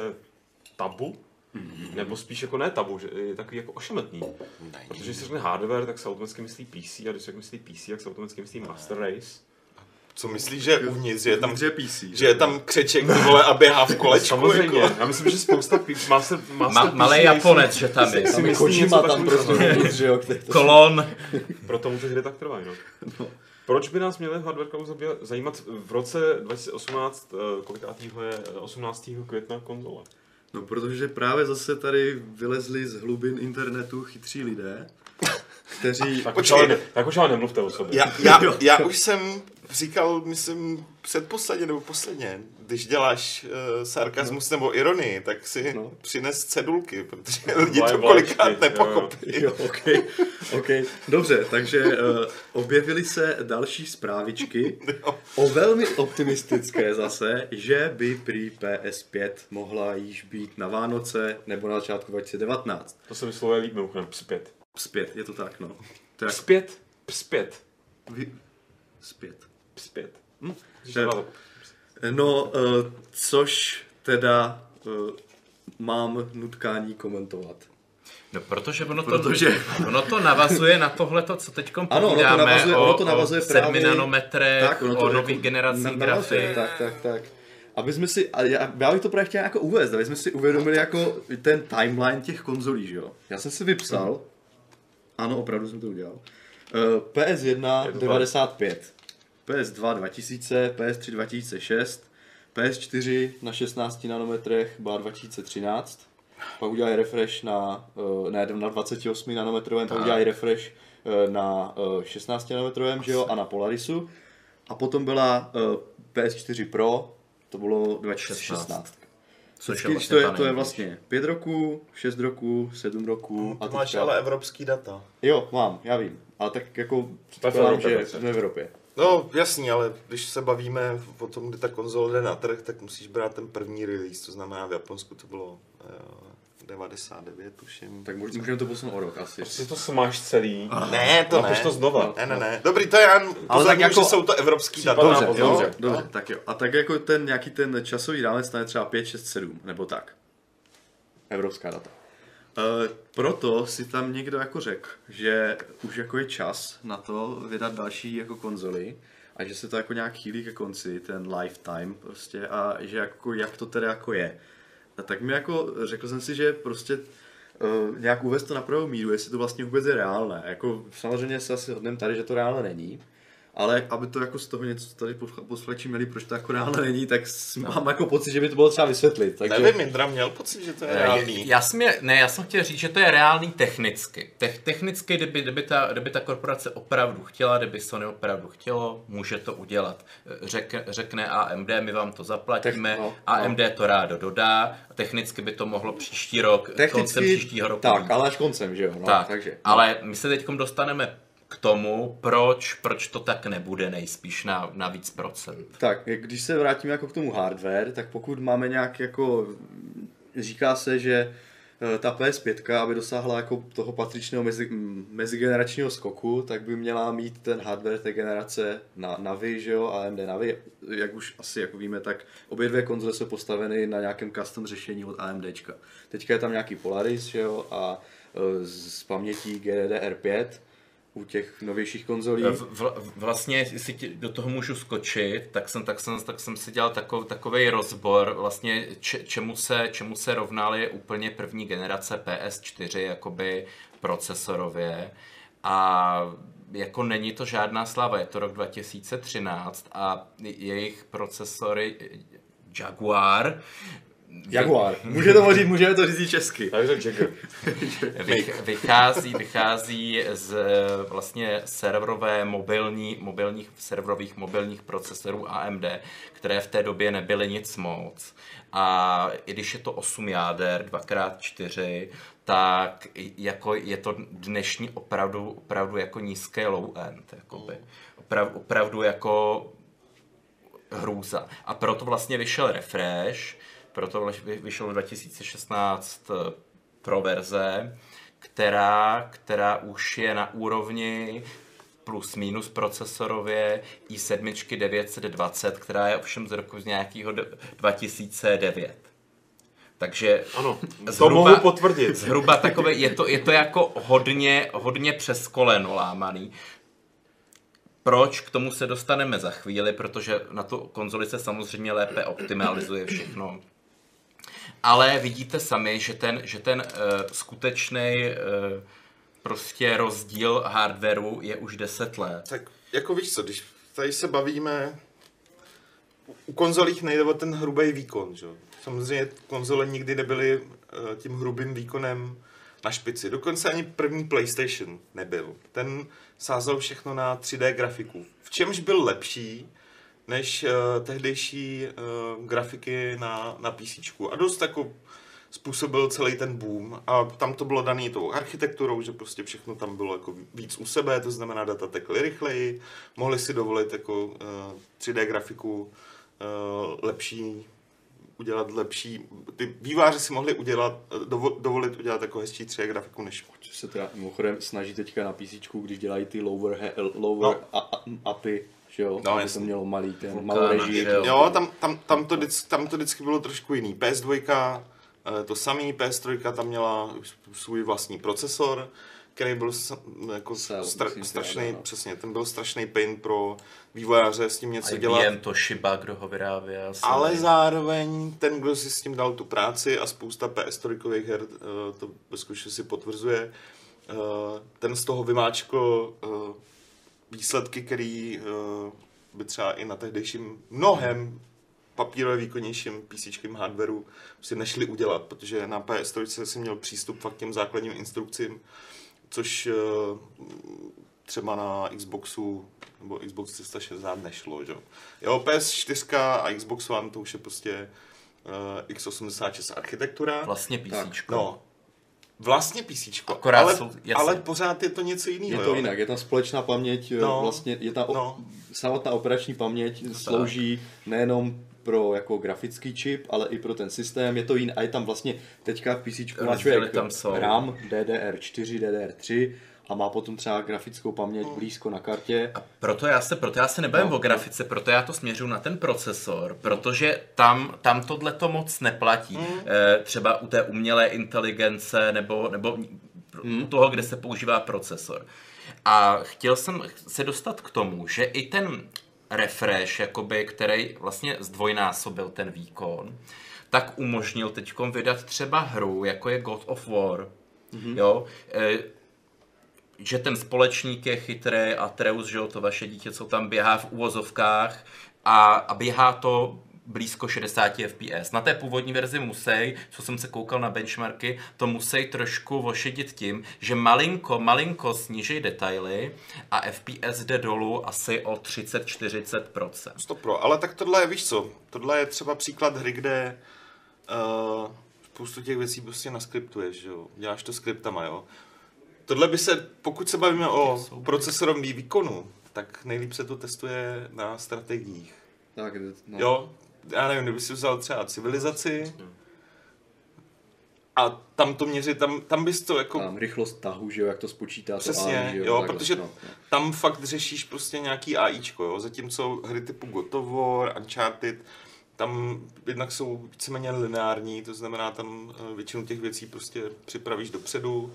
tabu. Nebo spíš jako ne tabu, že je takový jako ošemetný. Protože když se řekne hardware, tak se automaticky myslí P C a když se myslí P C, tak se automaticky myslí Master Race. Co myslíš, že je uvnitř, že je tam, Uvnitř je P C. že je tam křeček, ty vole, a běhá v kolečku? Samozřejmě, Jako? já myslím, že spousta P- Master, master Ma, P C malej nejsou- Japonec, že tam je. si Tam myslí Kojima něco tam takového. prostě uvnitř, že jo, který to... Kolon. Proto mu ty hry tak trvají, no. No. Proč by nás měly v Hardware Clubu zabě- zajímat v roce dva tisíce osmnáct, eh, kolikátýho je osmnáctého května konzole? No, protože právě zase tady vylezli z hlubin internetu chytří lidé, kteří... Tak už Počkej. ale, ne, tak už ale nemluvte o sobě. Já, já, já už jsem říkal, myslím, předposledně nebo posledně, když děláš uh, sarkazmus nebo ironii, tak si No. no. přines cedulky, protože lidi to Vlajky, kolikrát jo, jo. nepochopí. Jo, okay, okay. Dobře, takže uh, objevily se další zprávičky, o velmi optimistické zase, že by prý P S pět mohla již být na Vánoce nebo na začátku dva tisíce devatenáct. To se vyslovuje líp, mimochodem, zpět. Zpět, je to tak, no. To je jak... Zpět, zpět, Vy... Zpět. zpět. Hm? Když To- to- No, uh, což teda uh, mám nutkání komentovat. No, protože ono to, Protože- ono to navazuje na tohleto, co teď Ano, ono to povídáme navazuje- o, ono to navazuje o sedmi právě- nanometrech, Tak, ono to o jako nových generacích na- navazuje, grafik. Tak, tak, tak. Aby jsme si, a já, já bych to právě chtěl jako uvést, aby jsme si uvědomili jako ten timeline těch konzolí, že jo. Já jsem si vypsal, ano, opravdu jsem to udělal, uh, P S jedna Je to devadesát pět, P S dva dva tisíce, P S tři dva tisíce šest, P S čtyři na šestnácti nanometrech byla dva tisíce třináct, pak udělali refresh na, uh, ne, na dvacet osm nanometrovém, pak udělali refresh uh, na uh, šestnácti nanometrovém, že jo, a na Polarisu. A potom byla uh, P S čtyři Pro, to bylo dva tisíce šestnáct. Což je Vždycky, vlastně to, je, ta to je nejblíž. vlastně pět roků, šest roků, sedm roků. A A ty máš teďka... ale evropský data. Jo, mám, já vím. Ale tak jako v předpokládám, Evropě že přece. jsme v Evropě. No jasný, ale když se bavíme o tom, kdy ta konzole jde na trh, tak musíš brát ten první release, to znamená v Japonsku to bylo uh, devadesát devět, tuším. Tak možná můžeme to posunout o rok asi. Prostě to smáš celý. Ne, to Napiš ne. to znova. Ne, ne, ne. Dobrý, to já ale tak jako... že jsou to evropský data. Případná Dobře, pozor. dobře, dobře, tak jo. A tak jako ten nějaký ten časový rámec tam je třeba pět, šest, sedm, nebo tak. Evropská data. E, proto si tam někdo jako řekl, že už jako je čas na to vydat další jako konzoli a že se to jako nějak chýlí ke konci, ten lifetime prostě a že jako jak to teda jako je. A tak mi jako řekl jsem si, že prostě uh, nějak uvést to na pravou míru, jestli to vlastně vůbec je reálné. Jako samozřejmě se asi hodneme tady, že to reálné není. Ale aby to jako z toho něco tady posluchači měli, proč to jako reálné není, tak no. mám jako pocit, že by to bylo třeba vysvětlit. Takže... Nevím, Indra měl pocit, že to je reálný. Já jsem, je, ne, já jsem chtěl říct, že to je reálný technicky. Te- technicky, kdyby, kdyby, ta, kdyby ta korporace opravdu chtěla, kdyby Sony opravdu chtělo, může to udělat. Řek, řekne A M D, my vám to zaplatíme, Tech- no, A M D to rádo dodá, technicky by to mohlo příští rok, Technicky, koncem příštího roku. Tak, ale až koncem, že jo. No, tak, takže, no. ale my se teď dostaneme k tomu, proč, proč to tak nebude nejspíš na, na víc procent. Tak, když se vrátíme jako k tomu hardware, tak pokud máme nějak jako, říká se, že ta P S pět, aby dosáhla jako toho patřičného mezi, mezigeneračního skoku, tak by měla mít ten hardware té generace na Navi, že jo, A M D Navi. Jak už asi jako víme, tak obě dvě konzole jsou postaveny na nějakém custom řešení od AMDčka. Teďka je tam nějaký Polaris, že jo, a z pamětí G D D R pět u těch novějších konzolí. V, vlastně, jestli ti do toho můžu skočit, tak jsem, tak jsem, tak jsem si dělal takov, takovej rozbor, vlastně če, čemu, se, čemu se rovnaly úplně první generace P S čtyři jakoby procesorově. A jako není to žádná sláva, je to rok dva tisíce třináct a jejich procesory Jaguar Jaguar. Může to říct, můžeme to říct česky. vychází, vychází z vlastně serverové mobilní, mobilních, serverových mobilních procesorů A M D, které v té době nebyly nic moc. A i když je to osm jáder, dva krát čtyři, tak jako je to dnešní opravdu, opravdu jako nízké low end. Jakoby. Opravdu, opravdu jako hrůza. A proto vlastně vyšel refresh, proto vyšel dva tisíce šestnáct Pro verze, která, která už je na úrovni plus minus procesorově i sedm devět set dvacet, která je ovšem z roku z nějakého dva tisíce devět. Takže ano, to zhruba, mohu potvrdit. Zhruba takové, je to, je to jako hodně, hodně přes koleno lámaný. Proč? K tomu se dostaneme za chvíli, protože na tu konzoli se samozřejmě lépe optimalizuje všechno. Ale vidíte sami, že ten, že ten uh, skutečný uh, prostě rozdíl hardwareu je už deset let. Tak jako víš co, když tady se bavíme, u konzolích nejde o ten hrubý výkon, že? Samozřejmě konzole nikdy nebyly uh, tím hrubým výkonem na špici. Dokonce ani první PlayStation nebyl. Ten sázel všechno na tři dé grafiku. V čemž byl lepší než uh, tehdejší uh, grafiky na, na PCčku. A dost jako způsobil celý ten boom. A tam to bylo daný tou architekturou, že prostě všechno tam bylo jako víc u sebe, to znamená data tekly rychleji, mohli si dovolit jako uh, tři dé grafiku uh, lepší, udělat lepší, ty výváři si mohli udělat, dovo, dovolit udělat jako hezčí tři dé grafiku než... Což se teda mimochodem snaží teďka na PCčku, když dělají ty lower, he, lower no. upy, že jo, no, aby to mělo malý, ten Vulkána, malou režii. Jo, tam, tam, tam, to vždycky, tam to vždycky bylo trošku jiný. P S dva to samý, P S tři tam měla svůj vlastní procesor, který byl jako Cell, stra, myslím, strašný, no. přesně, ten byl strašný pain pro vývojáře s tím něco I B M, dělat. Toshiba, kdo ho vyráběl. Ale zároveň ten, kdo si s tím dal tu práci a spousta P S tři her to ve zkušenosti si potvrzuje, ten z toho vymáčkl výsledky, který by třeba i na tehdejším mnohem papírově výkonnějším PCčkovým hardwareu si nešli udělat, protože na P S tři si měl přístup fakt k těm základním instrukcím, což třeba na Xboxu nebo Xbox tři sta šedesát nešlo, že? Jo, P S čtyři a Xbox One to už je prostě uh, x osmdesát šest architektura. Vlastně PCčko. No, vlastně PCčko, Akorát ale, jsou, ale pořád je to něco jiného. Je to jo? jinak, je tam společná paměť, No, vlastně je tam no. samotná operační paměť To slouží tak. nejenom pro jako grafický čip, ale i pro ten systém, je to jiný, a je tam vlastně teďka v PCčku má člověk RAM, D D R čtyři, D D R tři a má potom třeba grafickou paměť blízko na kartě. A proto já se, proto já se nebavím no, o grafice, proto já to směřuji na ten procesor, protože tam, tam tohle to moc neplatí. Mm. E, třeba u té umělé inteligence nebo, nebo mm. u toho, kde se používá procesor. A chtěl jsem se dostat k tomu, že i ten refresh, jakoby, který vlastně zdvojnásobil ten výkon, tak umožnil teďkom vydat třeba hru, jako je God of War. Mm-hmm. Jo? E, že ten společník je chytrý, Atreus, že jo, to vaše dítě, co tam běhá v uvozovkách a, a běhá to blízko šedesát F P S. Na té původní verzi musí, co jsem se koukal na benchmarky, to musí trošku vošedit tím, že malinko, malinko sníží detaily a F P S jde dolů asi o třicet až čtyřicet procent. sto procent, ale tak tohle je, víš co, tohle je třeba příklad hry, kde uh, spoustu těch věcí prostě naskriptuješ, že jo, děláš to skriptama, jo. Tohle by se, pokud se bavíme o procesorovém výkonu, tak nejlíp se to testuje na strategiích. Tak, no. Jo, já nevím, kdyby si vzal třeba civilizaci, a tam to měří, tam, tam bys to jako... Tam rychlost tahu, že jo, jak to spočítá. Přesně, to A I, jo, jo, jo protože no, no. tam fakt řešíš prostě nějaký AIčko, jo, zatímco hry typu God of War, Uncharted, tam jednak jsou víceméně lineární, to znamená tam většinu těch věcí prostě připravíš dopředu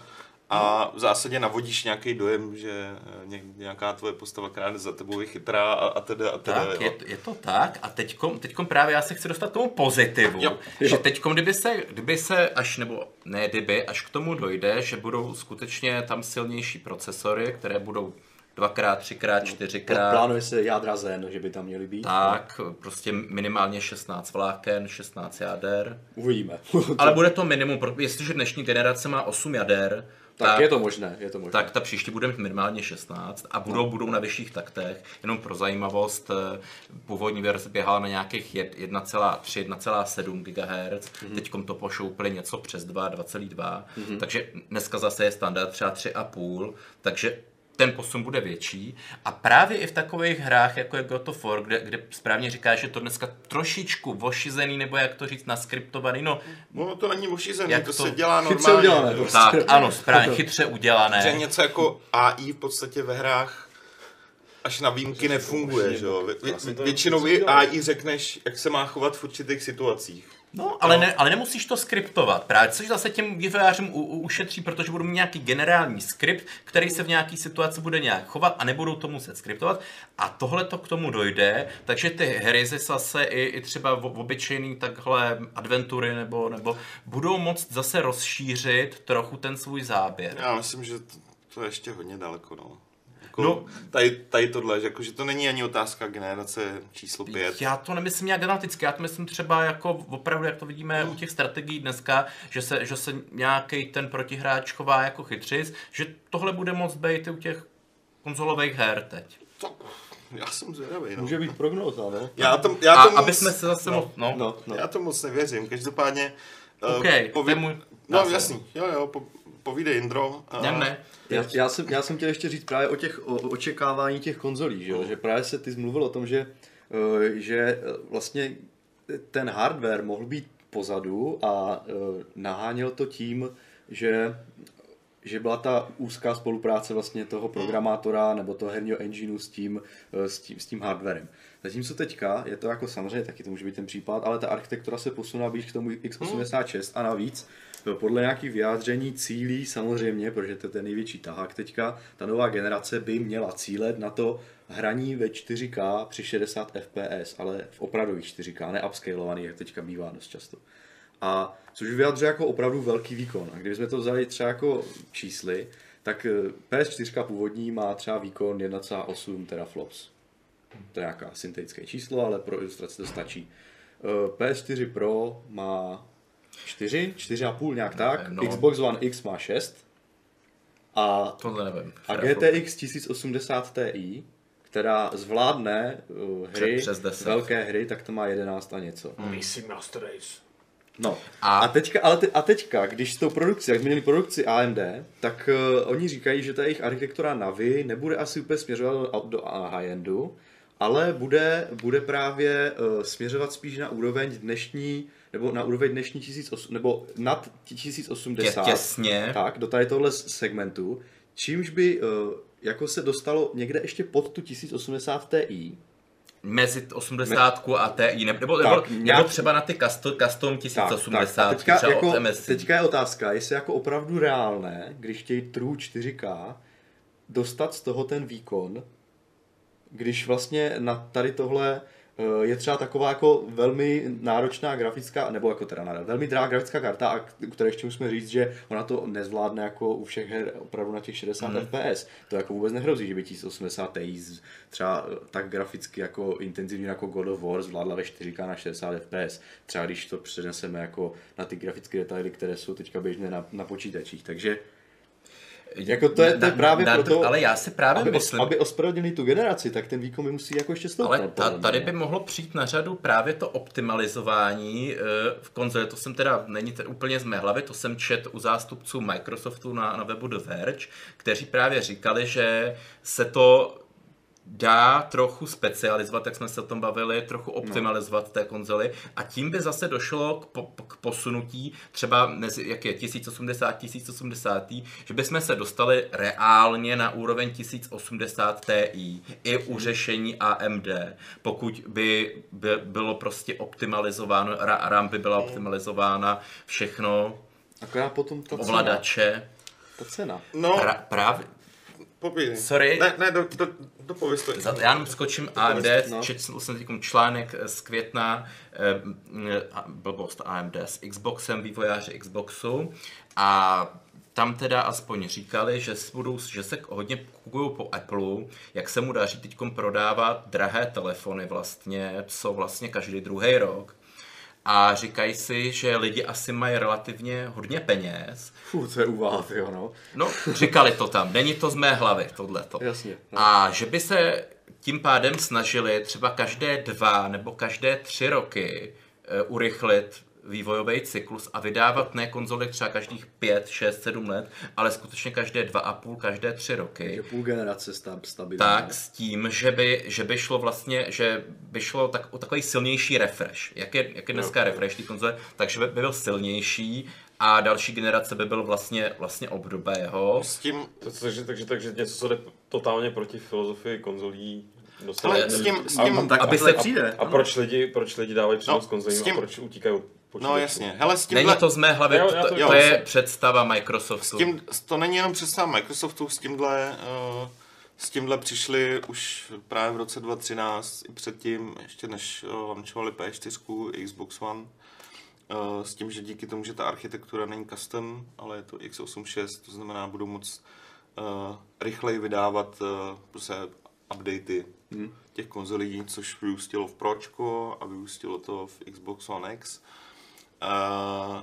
a v zásadě navodíš nějaký dojem, že nějaká tvoje postava, která jde za tebou, je chytrá a, a teda a teda. Tak, je, je to tak a teďkom, teďkom právě já se chci dostat k tomu pozitivu, jo. že teďkom, kdyby se, kdyby se až, nebo ne kdyby, až k tomu dojde, že budou skutečně tam silnější procesory, které budou dvakrát, třikrát, čtyřikrát. Plánuje se jádra Zen, že by tam měly být. Tak, prostě minimálně šestnáct vláken, šestnáct jader. Uvidíme. Ale bude to minimum, jestliže dnešní generace má osm jader, tak, tak je to možné, je to možné. Tak ta příští bude mít minimálně šestnáct a budou, no. budou na vyšších taktech. Jenom pro zajímavost, původní verze běhala na nějakých jedna celá tři, jedna celá sedm gigahertz, mm-hmm. teďkom to pošoupili něco přes dva, dva celá dva, mm-hmm. takže dneska zase je standard třeba tři a půl, takže ten posun bude větší a právě i v takových hrách, jako je God of War, kde, kde správně říkáš, že to dneska trošičku vošizený, nebo jak to říct, naskriptovaný, no... No to není vošizený, jak to, to se dělá normálně. Chytře udělané. Prostě. Tak, ano, správně, chytře udělané. Že něco jako A I v podstatě ve hrách až na výjimky nefunguje, že jo? Vě, většinou A I řekneš, jak se má chovat v určitých situacích. No, ale, ne, ale nemusíš to skriptovat, právě, což zase těm vývojářům u, u, ušetří, protože budou mít nějaký generální skript, který se v nějaký situaci bude nějak chovat a nebudou to muset skriptovat a tohle to k tomu dojde, takže ty hry zase i, i třeba v obyčejný takhle adventury nebo, nebo budou moct zase rozšířit trochu ten svůj záběr. Já myslím, že to, to je ještě hodně daleko, no. Jako no, tady, tady tohle, že, jako, že to není ani otázka generace číslo pět. Já to nemyslím nějak dramaticky, já to myslím třeba jako opravdu, jak to vidíme no. u těch strategií dneska, že se, že se nějaký ten protihráč chová jako chytřic, že tohle bude moct být i u těch konzolových her teď. To, já jsem zvědavý, no. Může být prognóza, ne? Já to, já to A moc, aby jsme se zase no, moc, no. No, no. Já to moc nevěřím, každopádně... Okay, uh, pově... můj... No jasný, jo jo, po, povídej Indro. Uh... Ne, ne. Já, já, jsem, já jsem chtěl ještě říct právě o těch o, očekávání těch konzolí, že, jo? Že právě se ty zmluvil o tom, že, uh, že vlastně ten hardware mohl být pozadu a uh, naháněl to tím, že, že byla ta úzká spolupráce vlastně toho programátora nebo toho herního engineu s tím, uh, s tím, s tím hardwarem. Zatímco teďka je to jako samozřejmě, taky to může být ten případ, ale ta architektura se posunula blíž k tomu X osmdesát šest a navíc podle nějakých vyjádření cílí samozřejmě, protože to je ten největší tahák teďka, ta nová generace by měla cílet na to hraní ve čtyři ká při šedesát ef pé es, ale v opravdových čtyři ká, ne upscalovaný, jak teďka bývá dost často. A což vyjadřuje jako opravdu velký výkon. A kdybychom to vzali třeba jako čísly, tak P S čtyři původní má třeba výkon jedna celá osm teraflops. To je nějaká syntetické číslo, ale pro ilustraci to stačí. P S čtyři Pro má čtyři, čtyři a půl nějak tak, no. Xbox One X má šest a, nevím, a G T X tisíc osmdesát Ti, která zvládne uh, hry, velké hry, tak to má jedenáct a něco. Hmm. Master Race. No a, a, teďka, ale te, a teďka, když s tou produkcí, jak změnili produkci A M D, tak uh, oni říkají, že ta jejich architektura Navi nebude asi úplně směřovat do, do high-endu, ale bude, bude právě uh, směřovat spíš na úroveň dnešní, nebo na úroveň dnešní tisíc osm, nebo nad tisíc osmdesát. Těsně. Tak, do tady tohle segmentu, čímž by uh, jako se dostalo někde ještě pod tu tisíc osmdesát Ti. Mezi osmdesát a Ti, nebo, nebo, tak, nebo, nějak... nebo třeba na ty custom, custom tisíc osmdesát, tak, tak. Teďka, jako, od M S I. Teďka je otázka, jestli jako opravdu reálné, když chtějí True čtyři ká, dostat z toho ten výkon, když vlastně na tady tohle je třeba taková jako velmi náročná grafická, nebo jako teda náročná, velmi drahá grafická karta, a u které ještě musíme říct, že ona to nezvládne jako u všech her opravdu na těch šedesát mm. ef pé es. To jako vůbec nehrozí, že by tisíc osmdesát Ti třeba tak graficky jako intenzivně jako God of War zvládla ve čtyři ká na šedesát ef pé es. Třeba když to přeneseme jako na ty grafické detaily, které jsou teďka běžné na, na počítačích. Takže jako to je, to je právě na, proto, ale já si právě aby, myslím, aby ospravedlnili tu generaci, tak ten výkon by musí jako ještě stoupnout. Ale ta, tady by mohlo přijít na řadu právě to optimalizování v konzoli. To jsem teda, není to úplně z mé hlavy, to jsem čet u zástupců Microsoftu na, na webu The Verge, kteří právě říkali, že se to dá trochu specializovat, jak jsme se o tom bavili, trochu optimalizovat no. té konzoli a tím by zase došlo k, po, k posunutí třeba mezi, jak je, tisíc osmdesát, tisíc osmdesát, že bychom se dostali reálně na úroveň tisíc osmdesát Ti i u řešení A M D, pokud by, by bylo prostě optimalizováno, RAM by byla optimalizována, všechno, akorát potom ta ovladače. Ta cena. No, pra, právě. Povídej. Sorry. Ne, ne, do, do, do pověstu. Já jenom skočím A M D, no. Četl jsem teď článek z května, eh, blbost A M D s Xboxem, vývojáři Xboxu a tam teda aspoň říkali, že, budou, že se hodně kukují po Appleu, jak se mu daří teď prodávat drahé telefony vlastně, co vlastně každý druhý rok. A říkají si, že lidi asi mají relativně hodně peněz. Fů, to je úvaha, jo, no. No, říkali to tam, není to z mé hlavy, tohleto. Jasně. No. A že by se tím pádem snažili třeba každé dva nebo každé tři roky uh, urychlit vývojový cyklus a vydávat ne konzoly třeba každých pět, šest, sedm let, ale skutečně každé dva a půl, každé tři roky. Takže půl generace stabilní. Tak s tím, že by, že by šlo vlastně, že by šlo tak, o takový silnější refresh. Jak je, jak je dneska no. refresh té konzole, takže by byl silnější a další generace by byl vlastně, vlastně obdobého. S tím... Takže, takže, takže něco, co jde totálně proti filozofii konzolí. Ale s tím, s tím, tak aby se přijde. A proč lidi, proč lidi dávají přednost no, konzolím tím, a proč utíkají počítačů? No jasně. Hele, s tímhle... Není to z mé hlavy, jo, to, to, to jo, je se... představa Microsoftu. S tím, to není jenom představa Microsoftu, s tímhle, uh, s tímhle přišli už právě v roce dva tisíce třináct, i předtím, ještě než uh, launchovali P čtyři, Xbox One, uh, s tím, že díky tomu, že ta architektura není custom, ale je to x osmdesát šest, to znamená, budou moc uh, rychleji vydávat uh, prostě updaty hmm. těch konzolí, což vyústilo v Pročko a vyústilo to v Xbox One X. Uh,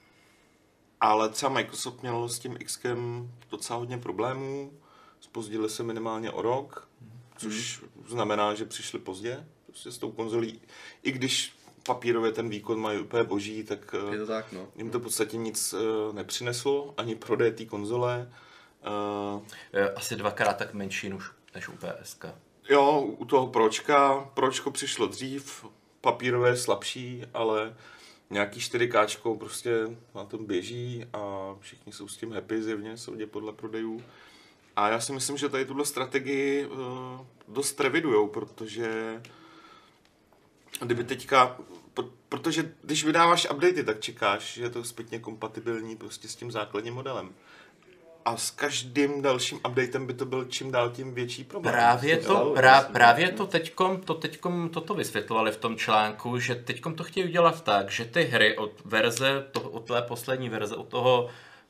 ale třeba Microsoft měl s tím Xkem docela hodně problémů, zpozdili se minimálně o rok, což hmm. znamená, že přišli pozdě prostě s tou konzolí. I když papírově ten výkon mají úplně boží, tak, je to tak no. jim to v podstatě nic uh, nepřineslo, ani prodej té konzole. Uh, Asi dvakrát tak menší než, než u P S K. Jo, u toho Pročka, Pročko přišlo dřív, papírové slabší, ale nějaký čtyři ká prostě na tom běží a všichni jsou s tím happy zjevně, soudě podle prodejů. A já si myslím, že tady tuhle strategii uh, dost revidujou, protože kdyby teďka, protože když vydáváš updaty, tak čekáš, že je to zpětně kompatibilní prostě s tím základním modelem. A s každým dalším updatem by to byl čím dál tím větší problém. Právě to, prá, právě to teďkom, to teďkom toto vysvětlovali v tom článku, že teďkom to chtějí udělat tak, že ty hry od verze, to, od té poslední verze, od toho,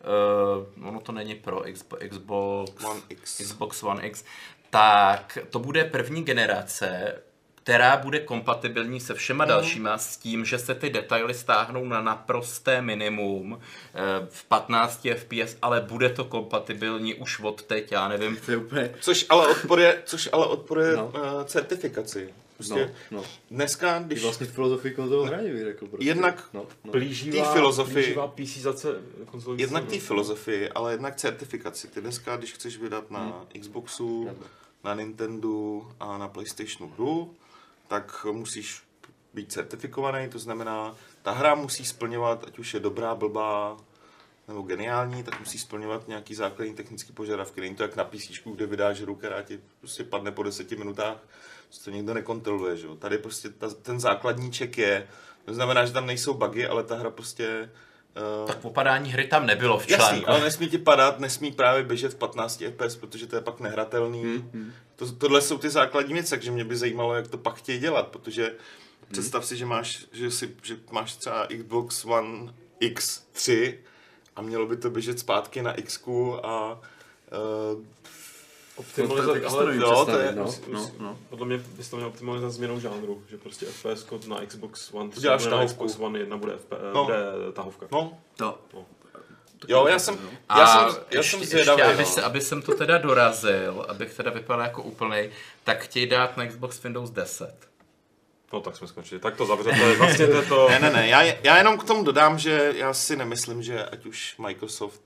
uh, ono to není pro Xbox One X. Xbox One X, tak to bude první generace, která bude kompatibilní se všema dalšíma s tím, že se ty detaily stáhnou na naprosté minimum v patnácti F P S, ale bude to kompatibilní už od teď, já nevím. To je úplně... Což ale odporuje, což ale odporuje no. uh, certifikaci. Prostě no, no. Dneska, když... Vlastně filozofii konzolů hraní, bych řekl. Prostě. Jednak no, no. Plíživá, filozofii, plíživá PCizace konzolí. Jednak té filozofii, ale jednak certifikaci. Ty dneska, když chceš vydat na hmm. Xboxu, hmm. na Nintendo a na PlayStationu hru, tak musíš být certifikovaný, to znamená, ta hra musí splňovat, ať už je dobrá, blbá nebo geniální, tak musí splňovat nějaký základní technický požadavky. Není to jak na písíčku, kde vydáš hru, která ti prostě padne po deseti minutách, co to nikdo nekontroluje. Že? Tady prostě ta, ten základníček je, to znamená, že tam nejsou bugy, ale ta hra prostě... Uh... Tak popadání hry tam nebylo v článku. Jasný, ale nesmí ti padat, nesmí právě běžet v patnácti F P S, protože to je pak nehratelný. Hmm, hmm. To, tohle jsou ty základní věci, takže mě by zajímalo, jak to pak chtějí dělat, protože hmm. představ si, že máš, že si, že máš třeba Xbox One X tři a mělo by to běžet zpátky na Xku a uh, optimalizovat, no, ale jo, to je, no, mus, no, mus, no. podle mě bys to měl optimalizovat změnou žánru, že prostě F P S na Xbox One tři děláš bude na tahovku. Xbox One jedna bude, F P, no. bude tahovka. No, to. No. Jo, já jsem, a já jsem, já ještě, jsem zvědavý, ještě, aby, no. se, aby jsem to teda dorazil, abych teda vypadal jako úplnej, tak chtějí dát na Xbox Windows deset. No tak jsme skončili, tak to zavře, to je vlastně to... Ne, ne, ne, já, já jenom k tomu dodám, že já si nemyslím, že ať už Microsoft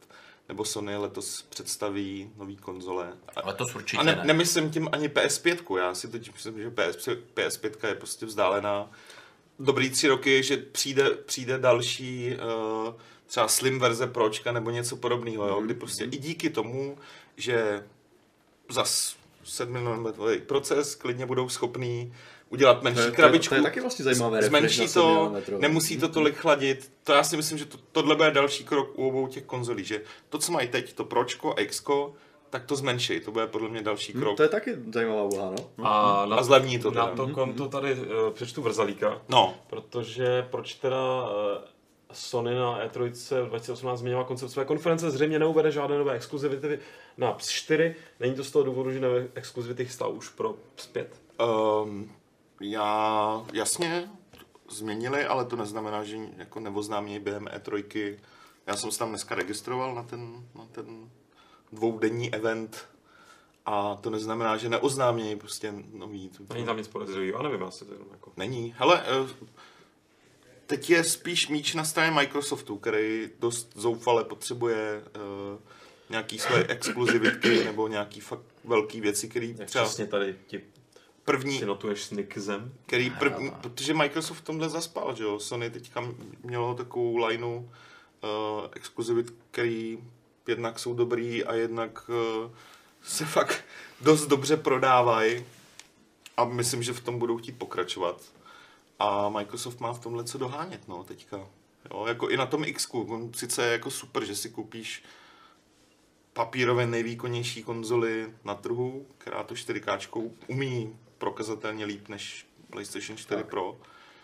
nebo Sony letos představí nový konzole. A, letos určitě a ne, ne. nemyslím tím ani P S pět, já si teď myslím, že P S, P S pět je prostě vzdálená. Dobrý tři roky, že přijde, přijde další uh, třeba slim verze Pročka nebo něco podobného, jo, kdy prostě i díky tomu, že za sedminanometrový proces klidně budou schopný udělat menší to je, krabičku, to je, to je taky vlastně zajímavé. zmenší to, nemusí to tolik chladit. To já si myslím, že to, tohle bude další krok u obou těch konzolí, že to, co mají teď, to Pročko a Xko, tak to zmenší, to bude podle mě další krok. Hmm, to je taky zajímavá úloha, no. A, na, a zlevní to na teda. to konto tady uh, přečtu Vrzalíka, No. protože proč teda uh, Sony na E tři dva tisíce osmnáct změnila koncept své konference, zřejmě neuvede žádné nové exkluzivity na P S čtyři, není to z toho důvodu, že nové exkluzivity chystá už pro P S pět? Um, já, jasně, změnili, ale to neznamená, že jako neoznámí během E tři. Já jsem se tam dneska registroval na ten, na ten dvoudenní event a to neznamená, že neoznámí prostě nový. Není tam nic podezřelého, nevím, asi to jenom jako... Není. Hele, teď je spíš míč na straně Microsoftu, který dost zoufale potřebuje uh, nějaký svoje exkluzivitky nebo nějaký fakt velký věci, který Jak třeba... přesně tady ti První, si notuješ s Nixem. který první, protože Microsoft v tomhle zaspal, že jo? Sony teďka mělo takovou lineu uh, exkluzivit, který jednak jsou dobrý a jednak uh, se fakt dost dobře prodávají a myslím, že v tom budou chtít pokračovat. A Microsoft má v tomhle co dohánět, no, teďka. Jo, jako i na tom Xku, sice je jako super, že si koupíš papírově nejvýkonnější konzoli na trhu, která to čtyři ká umí prokazatelně líp než PlayStation čtyři tak. Pro.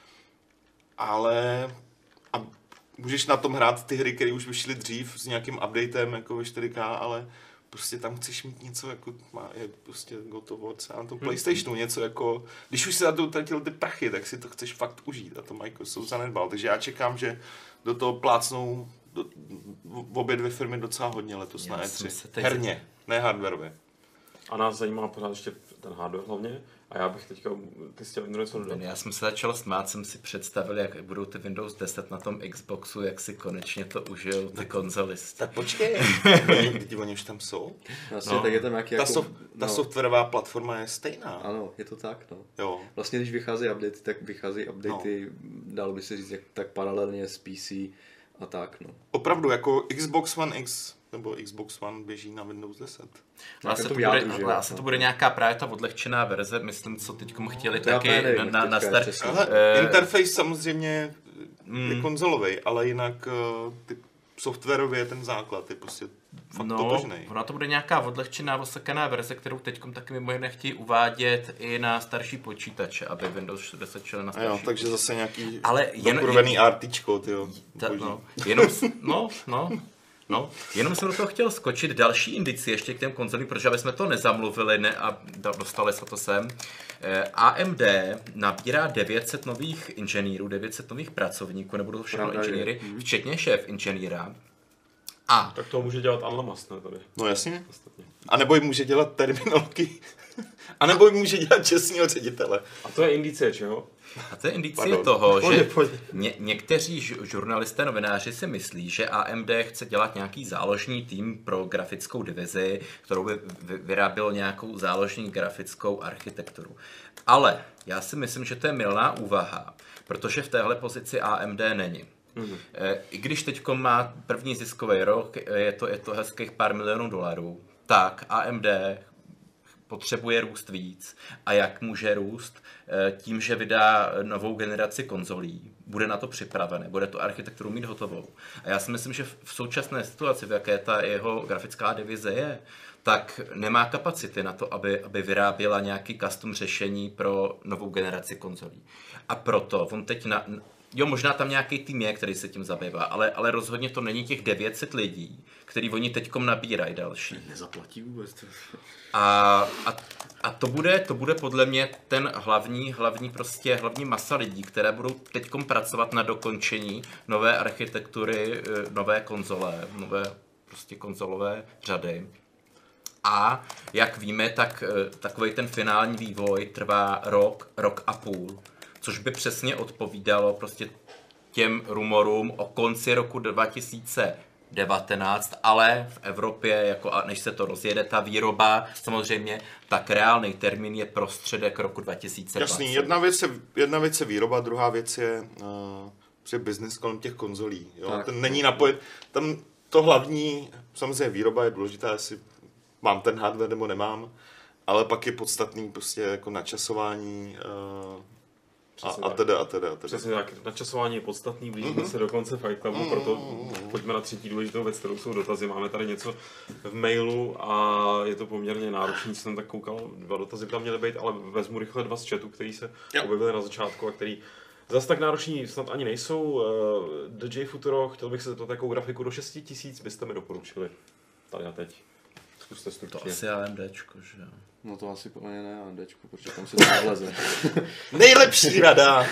Ale a můžeš na tom hrát ty hry, které už vyšly dřív s nějakým updatem jako ve čtyři ká, ale prostě tam chceš mít něco jako, má, je prostě gotovo třeba na tom PlayStationu, něco jako, když už si na to utratil ty prachy, tak si to chceš fakt užít a to Microsoft zanedbal. Takže já čekám, že do toho plácnou do, v obě dvě firmy docela hodně letos já na E tři. Herně, ne hardwarově. A nás zajímá pořád ještě ten hardware hlavně. A já bych teďka, ty jsi chtěl něco dodat. Já jsem se začal smát, jsem si představil, jak budou ty Windows deset na tom Xboxu, jak si konečně to užijou ty konzolisti. Tak počkej, ty oni už tam jsou. Vlastně, no. Tak je tam nějaký ta, jako, soft, ta no. softwarová platforma je stejná. Ano, je to tak, no. Jo. Vlastně když vycházejí updaty, tak vycházejí updaty, no. Dalo by se říct, jak, tak paralelně s P C a tak, no. Opravdu, jako Xbox One X nebo Xbox One běží na Windows deset. Asi to, bude, asi to bude nějaká právě ta odlehčená verze, myslím, co teďkom chtěli no, taky nevím, na, na start. Ale uh, interface samozřejmě mm. je konzolový, ale jinak uh, ty softwarově ten základ je prostě fakt no, totožnej. Ona to bude nějaká odlehčená, osekaná verze, kterou teďkom taky mimo jiné chtějí uvádět i na starší počítače, aby Windows deset šel na starší jo, takže počítače. zase nějaký ale jen, dokurvený artičko, tyjo. Ta, no, jenom, no, no. No, jenom jsem do toho chtěl skočit další indici ještě k těm konzolím, protože aby jsme to nezamluvili ne, a dostali se to sem. A M D nabírá devět set nových inženýrů, devět set nových pracovníků, nebudou to všechno inženýry, včetně šéf inženýra. A tak to může dělat Anna Mast, ne, tady. No jasně. A nebo jim může dělat terminologii. A nebo jim může dělat čestního ředitele. A to je indicie, čeho? A to je indicie toho, že ně, někteří žurnalisté, novináři si myslí, že A M D chce dělat nějaký záložní tým pro grafickou divizi, kterou by vyráběl nějakou záložní grafickou architekturu. Ale já si myslím, že to je mylná úvaha, protože v téhle pozici A M D není. Mm-hmm. I když teďko má první ziskový rok, je to, je to hezkých pár milionů dolarů, tak A M D potřebuje růst víc. A jak může růst? Tím, že vydá novou generaci konzolí, bude na to připravený, bude tu architekturu mít hotovou. A já si myslím, že v současné situaci, v jaké ta jeho grafická divize je, tak nemá kapacity na to, aby, aby vyráběla nějaký custom řešení pro novou generaci konzolí. A proto on teď na... Jo, možná tam nějaký tým je, který se tím zabývá, ale, ale rozhodně to není těch devět set lidí, který oni teďkom nabírají další. Nezaplatí vůbec. A, a, a to bude, to bude podle mě ten hlavní, hlavní prostě, hlavní masa lidí, které budou teďkom pracovat na dokončení nové architektury, nové konzole, nové prostě konzolové řady. A jak víme, tak takovej ten finální vývoj trvá rok, rok a půl. Což by přesně odpovídalo prostě těm rumorům o konci roku dva tisíce devatenáct, ale v Evropě, jako a než se to rozjede, ta výroba, samozřejmě, tak reálný termín je prostředek roku dva tisíce dvacet. Jasný, jedna věc je, jedna věc je výroba, druhá věc je uh, business kolem těch konzolí. Jo? Ten není napojen, tam to hlavní, samozřejmě výroba je důležitá, jestli mám ten hardware nebo nemám, ale pak je podstatný prostě jako načasování uh, a, a teda a teda a teda. Přesně tak, načasování je podstatný, blížíme mm-hmm. se do konce Fight Clubu, mm-hmm. proto pojďme na třetí důležitou věc, kterou jsou dotazy. Máme tady něco v mailu a je to poměrně náročný, jsem tak koukal, dva dotazy by tam měly být, ale vezmu rychle dva z chatu, který se jo. objevily na začátku a který zase tak nároční snad ani nejsou. Uh, D J Futuro, chtěl bych se zeptat, jakou grafiku do šest tisíc byste mi doporučili tady a teď. Zkuste stručně. To asi AMDčko, že jo? No to asi po mě ne AMDčko, protože tam se to nevleze. Nejlepší rada!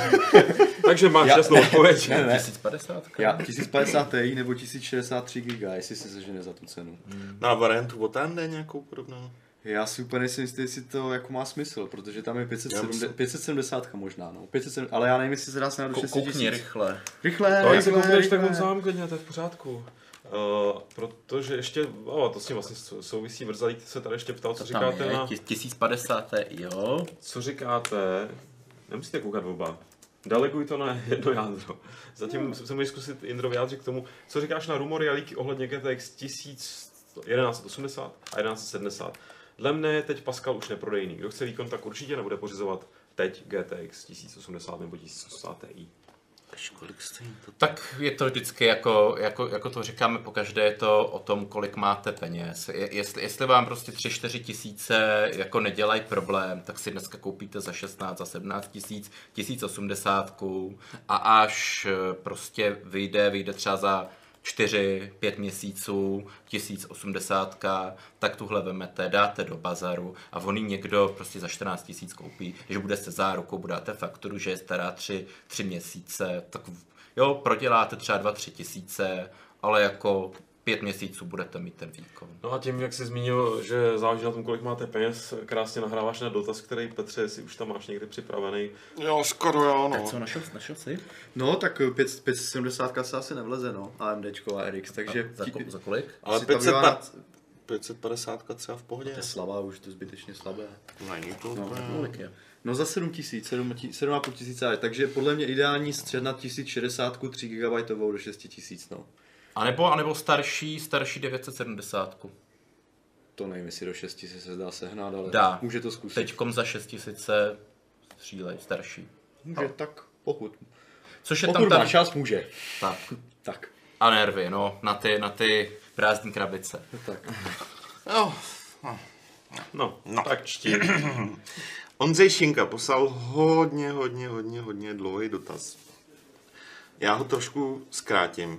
Takže máš jasnou odpověď. Ne, ne. tisíc padesát? Já tisíc padesát Ti nebo tisíc šedesát tři giga, jestli se sežene za tu cenu. Hmm. Na variantu od A M D nějakou podobnou? Já si úplně nejsem jistý, jestli to jako má smysl, protože tam je pět set sedmdesát možná, no. pět set sedmdesát, ale já nevím, jestli se dá snad do šest tisíc. Koukni rychle. Rychle, no, rychle, jak se koupíš, tak rychle. on sám klidně, to je v pořádku. Uh, protože ještě, oh, to s tím vlastně souvisí, Vrzalík se tady ještě ptal, co to říkáte je, na... tisíc padesát Ti, jo. Co říkáte, nemusíte koukat oba, deleguj to na jedno jádro. Zatím hmm. se můžeš zkusit, Indro, vyjádřit k tomu, co říkáš na rumory a líky ohledně G T X tisíc osmdesát a tisíc sedmdesát. Dle mne je teď Pascal už neprodejný. Kdo chce výkon, tak určitě nebude pořizovat teď G T X tisíc osmdesát nebo tisíc osmdesát Ti. Kolik stojí to? Tak je to vždycky, jako, jako, jako to říkáme pokaždé, je to o tom, kolik máte peněz. Je, jestli, jestli vám prostě tři čtyři tisíce jako nedělají problém, tak si dneska koupíte za šestnáct, za sedmnáct tisíc, tisíc osmdesát a až prostě vyjde, vyjde třeba za čtyři pět měsíců, tisíc osmdesát, tak tuhle vemete, dáte do bazaru a on ji někdo prostě za čtrnáct tisíc koupí. Když bude se zárukou, budáte fakturu, že je stará tři měsíce, tak jo, proděláte třeba dva tři tisíce, ale jako pět měsíců budete mít ten výkon. No a tím, jak jsi zmínil, že záleží na tom, kolik máte peněz, krásně nahráváš na dotaz, který, Petře, jestli už tam máš někdy připravený. Jo, skoro jo, no. Tak co, našel, našel jsi? No, tak pět set sedmdesát se asi nevleze, no, AMDčko a R X, takže... A za, ko, za kolik? Ale pět set padesát třeba v pohodě. To je slabá, už to zbytečně slabé. Není to no, kolik je? No za sedm tisíc, sedm a půl tisíce, takže podle mě ideální střed na tisíc šedesát tři gigabajtovou do šest tisíc, no. A nebo, a nebo starší, starší devět set sedmdesát. To nevím, jestli do šest tisíc se dá sehnat, ale dá. Může to zkusit. Teďkom za šest tisíc se střílej, starší. Může, no. Tak pokud. Což je pokud tam ta... má čas, může. Tak. Tak. A nervy, no, na ty, na ty prázdní krabice. Tak. No, no, no. tak čtí. Ondřej Šinka poslal hodně, hodně, hodně, hodně dlouhý dotaz. Já ho trošku zkrátím.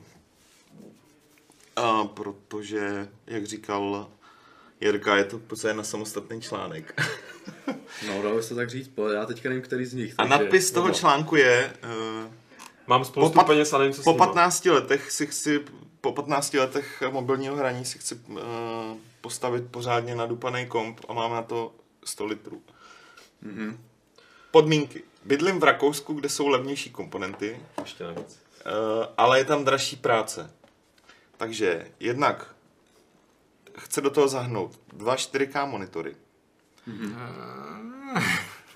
A protože, jak říkal Jirka, je to prostě na samostatný článek. No, dalo se tak říct, já teďka nevím, který z nich. A nadpis toho článku je... Uh, Mám spoustu pat, peněz a nevím, co po patnácti letech si chci, po patnácti letech mobilního hraní si chci uh, postavit pořádně nadupaný komp a mám na to sto litrů. Mm-hmm. Podmínky. Bydlím v Rakousku, kde jsou levnější komponenty. Ještě navíc. Uh, ale je tam dražší práce. Takže jednak chce do toho zahnout dva čtyři ká monitory. Mm-hmm.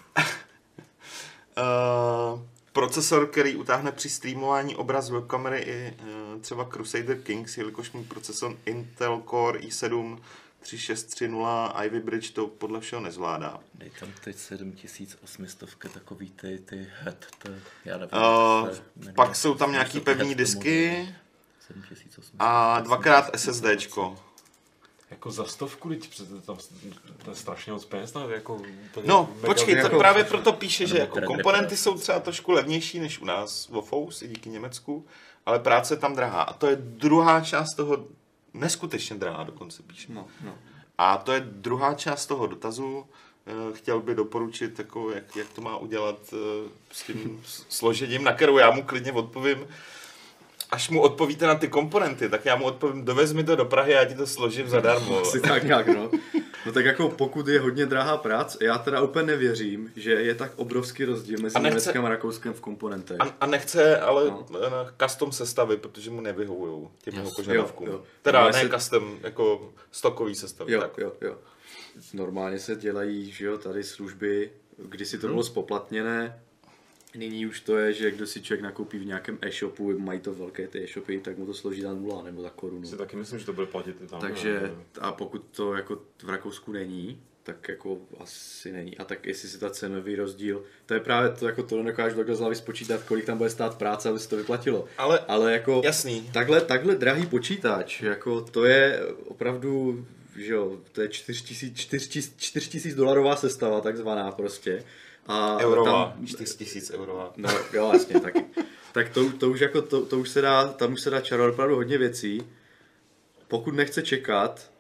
uh, procesor, který utáhne při streamování obraz webkamery i uh, třeba Crusader Kings, jelikož můj procesor Intel Core i sedm tři šest tři nula Ivy Bridge to podle všeho nezvládá. Dej tam teď sedm tisíc osm set takový ty, ty head, to já nevím. Uh, pak jsou tam nějaký pevný disky a dvakrát SSDčko. Jako za stovku, teď tam to je strašně moc peněz, ne? Jako úplně no, počkej, to jako právě proto píše, že jako komponenty jsou třeba trošku levnější než u nás v Ofous, i díky Německu, ale práce je tam drahá. A to je druhá část toho, neskutečně drahá dokonce píše. No, no. A to je druhá část toho dotazu. Chtěl by doporučit, jako, jak, jak to má udělat s tím složením, na kterou já mu klidně odpovím. Až mu odpovíte na ty komponenty, tak já mu odpovím, dovez mi to do Prahy a já ti to složím zadarmo. Asi tak nějak, no. No tak jako pokud je hodně drahá práce, já teda úplně nevěřím, že je tak obrovský rozdíl mezi nechce, Německem a Rakouskem v komponentech. A, a nechce ale no. custom sestavy, protože mu nevyhovují těm jeho požadavkům. Jo, jo. Teda no, ne se... custom, jako stokový sestavy. Jo, tak. jo, jo. Normálně se dělají, že jo, tady služby, kdysi to bylo spoplatněné, nyní už to je, že kdo si člověk nakoupí v nějakém e-shopu, mají to velké ty e-shopy, tak mu to složí za nula nebo za korunu. Si taky myslím, že to bude platit i tam. Takže, a pokud to jako v Rakousku není, tak jako asi není. A tak jestli si ta cenový rozdíl, to je právě to, jako to nedokážu takhle z hlavy spočítat, kolik tam bude stát práce, aby se to vyplatilo. Ale, Ale jako jasný. Takhle, takhle drahý počítač, jako to je opravdu, že jo, to je čtyři tisíce dolarová sestava, takzvaná prostě. A eurová, tam, čtyři tisíce eurová. No jo, vlastně taky. Tak to, to už jako, to, to už se dá, tam už se dá čarovat opravdu hodně věcí. Pokud nechce čekat,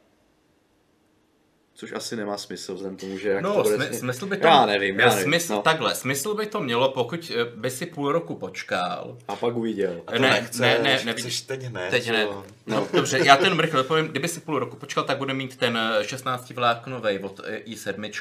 což asi nemá smysl, vzhledem tomu, že jak no, to bude... Smy, smysl by to... Já nevím, já nevím. Smysl, no. Takhle, smysl by to mělo, pokud by si půl roku počkal. A pak uviděl. A to ne, nechceš, ne, ne, ne, chceš teď hned. Teď hned. No, dobře, já ten rychle povím, kdyby si půl roku počkal, tak bude mít ten šestnáct vláknovej od i sedm.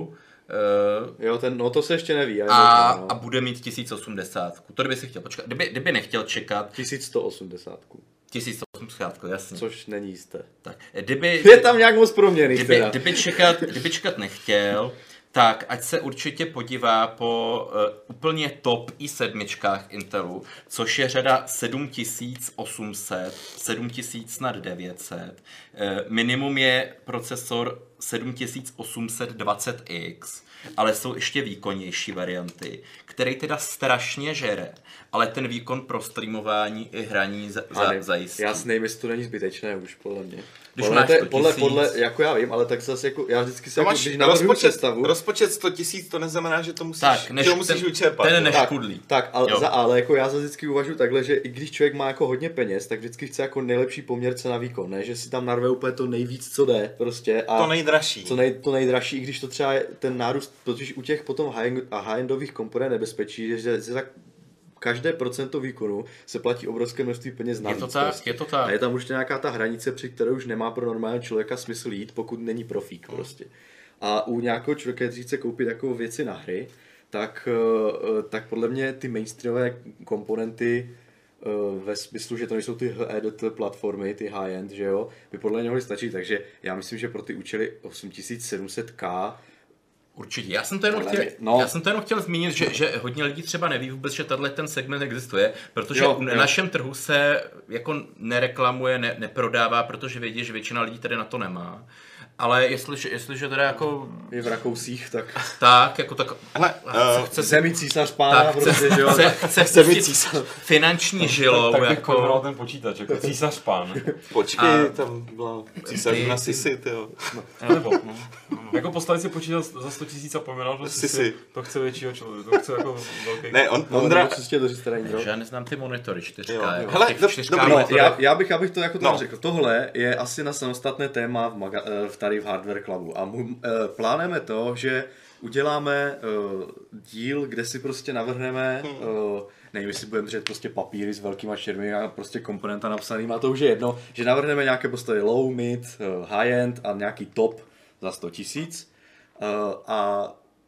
Uh, jo, ten, no to se ještě neví. A, možná, no. a bude mít tisíc osmdesát. To kdyby si chtěl počkat. Kdyby, kdyby nechtěl čekat... tisíc sto osmdesát. tisíc sto osmdesát, jasně. Což není jisté. Tak, kdyby, je tam nějak moc proměných kdyby, teda. kdyby, čekat, kdyby čekat nechtěl, tak ať se určitě podívá po uh, úplně top i sedmičkách Intelu, což je řada sedm tisíc osm set, sedm tisíc nad devět set. Uh, minimum je procesor sedm tisíc osm set dvacet X, ale jsou ještě výkonnější varianty, který teda strašně žere, ale ten výkon pro streamování i hraní za, za, zajistí. Já si nevím, jestli to není zbytečné už, podle mě. Když podle, máš te, sto podle, tisíc. podle, jako já vím, ale tak zase jako, já vždycky se, No jako, máš když navrhuji rozpočet, sestavu... rozpočet sto tisíc, to neznamená, že to musíš, tak, než, že musíš ten, vyčerpat. Ten no. neškudlí. Tak, tak ale, za, ale jako já zase vždycky uvažuji takhle, že i když člověk má jako hodně peněz, tak vždycky chce jako nejlepší poměr cena výkon, ne? Že si tam narve úplně to nejvíc, co jde, prostě. A to nejdražší. Co nej, to nejdražší, i když to třeba je ten nárůst, protože u těch potom high, a high-endových komponent nebezpečí, že se tak každé procento výkonu se platí obrovské množství peněz navíc. Je to tak, prostě. je to tak. A je tam už nějaká ta hranice, při které už nemá pro normálního člověka smysl jít, pokud není profík prostě. A u nějakého člověka, který chce koupit jako věci na hry, tak, tak podle mě ty mainstreamové komponenty ve smyslu, že to nejsou ty H E D T platformy, ty high-end, že jo, by podle něho stačit, takže já myslím, že pro ty účely osm tisíc sedm set K určitě. Já jsem to jenom chtěl, no. já jsem to jenom chtěl zmínit, že, že hodně lidí třeba neví vůbec, že tato ten segment existuje, protože jo, na jo. našem trhu se jako nereklamuje, ne, neprodává, protože vědí, že většina lidí tady na to nemá. Ale jestliže, jestliže teda jako... je v Rakousích, tak... Tak, jako tak... Ale uh, chce zemi císař pána, tak, prostě, chce, že jo? Chce, chce zemi císař. Finanční žilou, tak, tak jako... Tak bych ten počítač, jako císař pán. Počkej, a... tam byla císařina Sisi, tyjo. Nebo, no. Jako postavit si počítač za sto tisíc a pomenal, že Sisi, to chce většího člověka, to chce jako velký... Ne, on, Ondra... No, já neznám ty monitory, čtyřka. Jo, hele, do, no, já, já, bych, já bych to jako no. řekl. Tohle je asi na samostatné téma v, maga, v tady v Hardware Clubu. A mu, e, plánujeme to, že uděláme e, díl, kde si prostě navrhneme, hmm. e, nevím, jestli budeme držet prostě papíry s velkýma červými a prostě komponenta napsanýma, to už je jedno, že navrhneme nějaké postavy low, mid, high-end a nějaký top za sto tisíc. E, a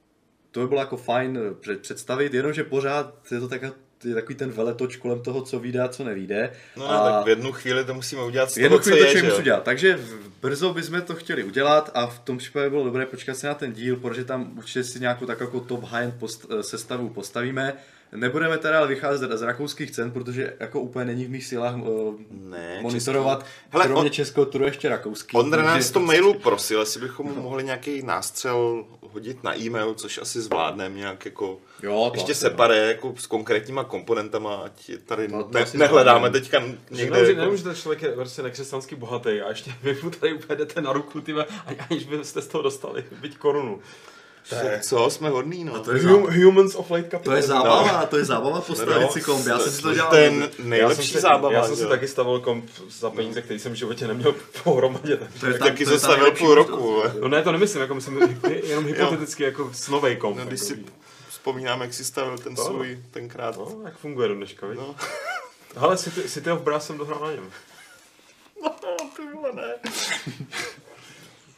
to by bylo jako fajn představit, jenomže pořád je to taková je takový ten veletoč kolem toho, co vyjde a co nevyjde. No ne, tak v jednu chvíli to musíme udělat z toho, co je, že jo? Udělat. Takže brzo bychom to chtěli udělat a v tom případě bylo dobré počkat si na ten díl, protože tam určitě si nějakou takovou top high-end post, sestavu postavíme. Nebudeme teda ale vycházet z rakouských cen, protože jako úplně není v mých silách uh, ne, monitorovat, Hele, kromě on, českého trhu ještě rakouský. Ondra nás to mailu prosil, jestli bychom mu no. mohli nějaký nástřel hodit na e-mail, což asi zvládneme nějak jako jo, to ještě separé no. jako s konkrétníma komponentama, ať tady to, ne, nehledáme teďka někde. Nevím, jako... nevím, že ten člověk je prostě nekřesťansky bohatý a ještě vy mu tady úplně jdete na ruku, tyhle, aniž byste z toho dostali byť korunu. Je, co, jsme hodný, no. To je hum, humans of late capital. To je zábava, no. to je zábava postavit si komp. Já jsem si to dělal. To je nejlepší zábava. Já jsem si taky stavil komp za peníze, který jsem v životě neměl pohromadě. To je taky zastavil půl roku. No ne, to nemyslím, jako myslím jenom hypoteticky jako snovej komp. No, když si vzpomínám, jak si stavil ten svůj tenkrát. No, jak funguje do dneška, víš? No. Hele, City of Brass jsem dohrál na něm. No, ty vole, ne.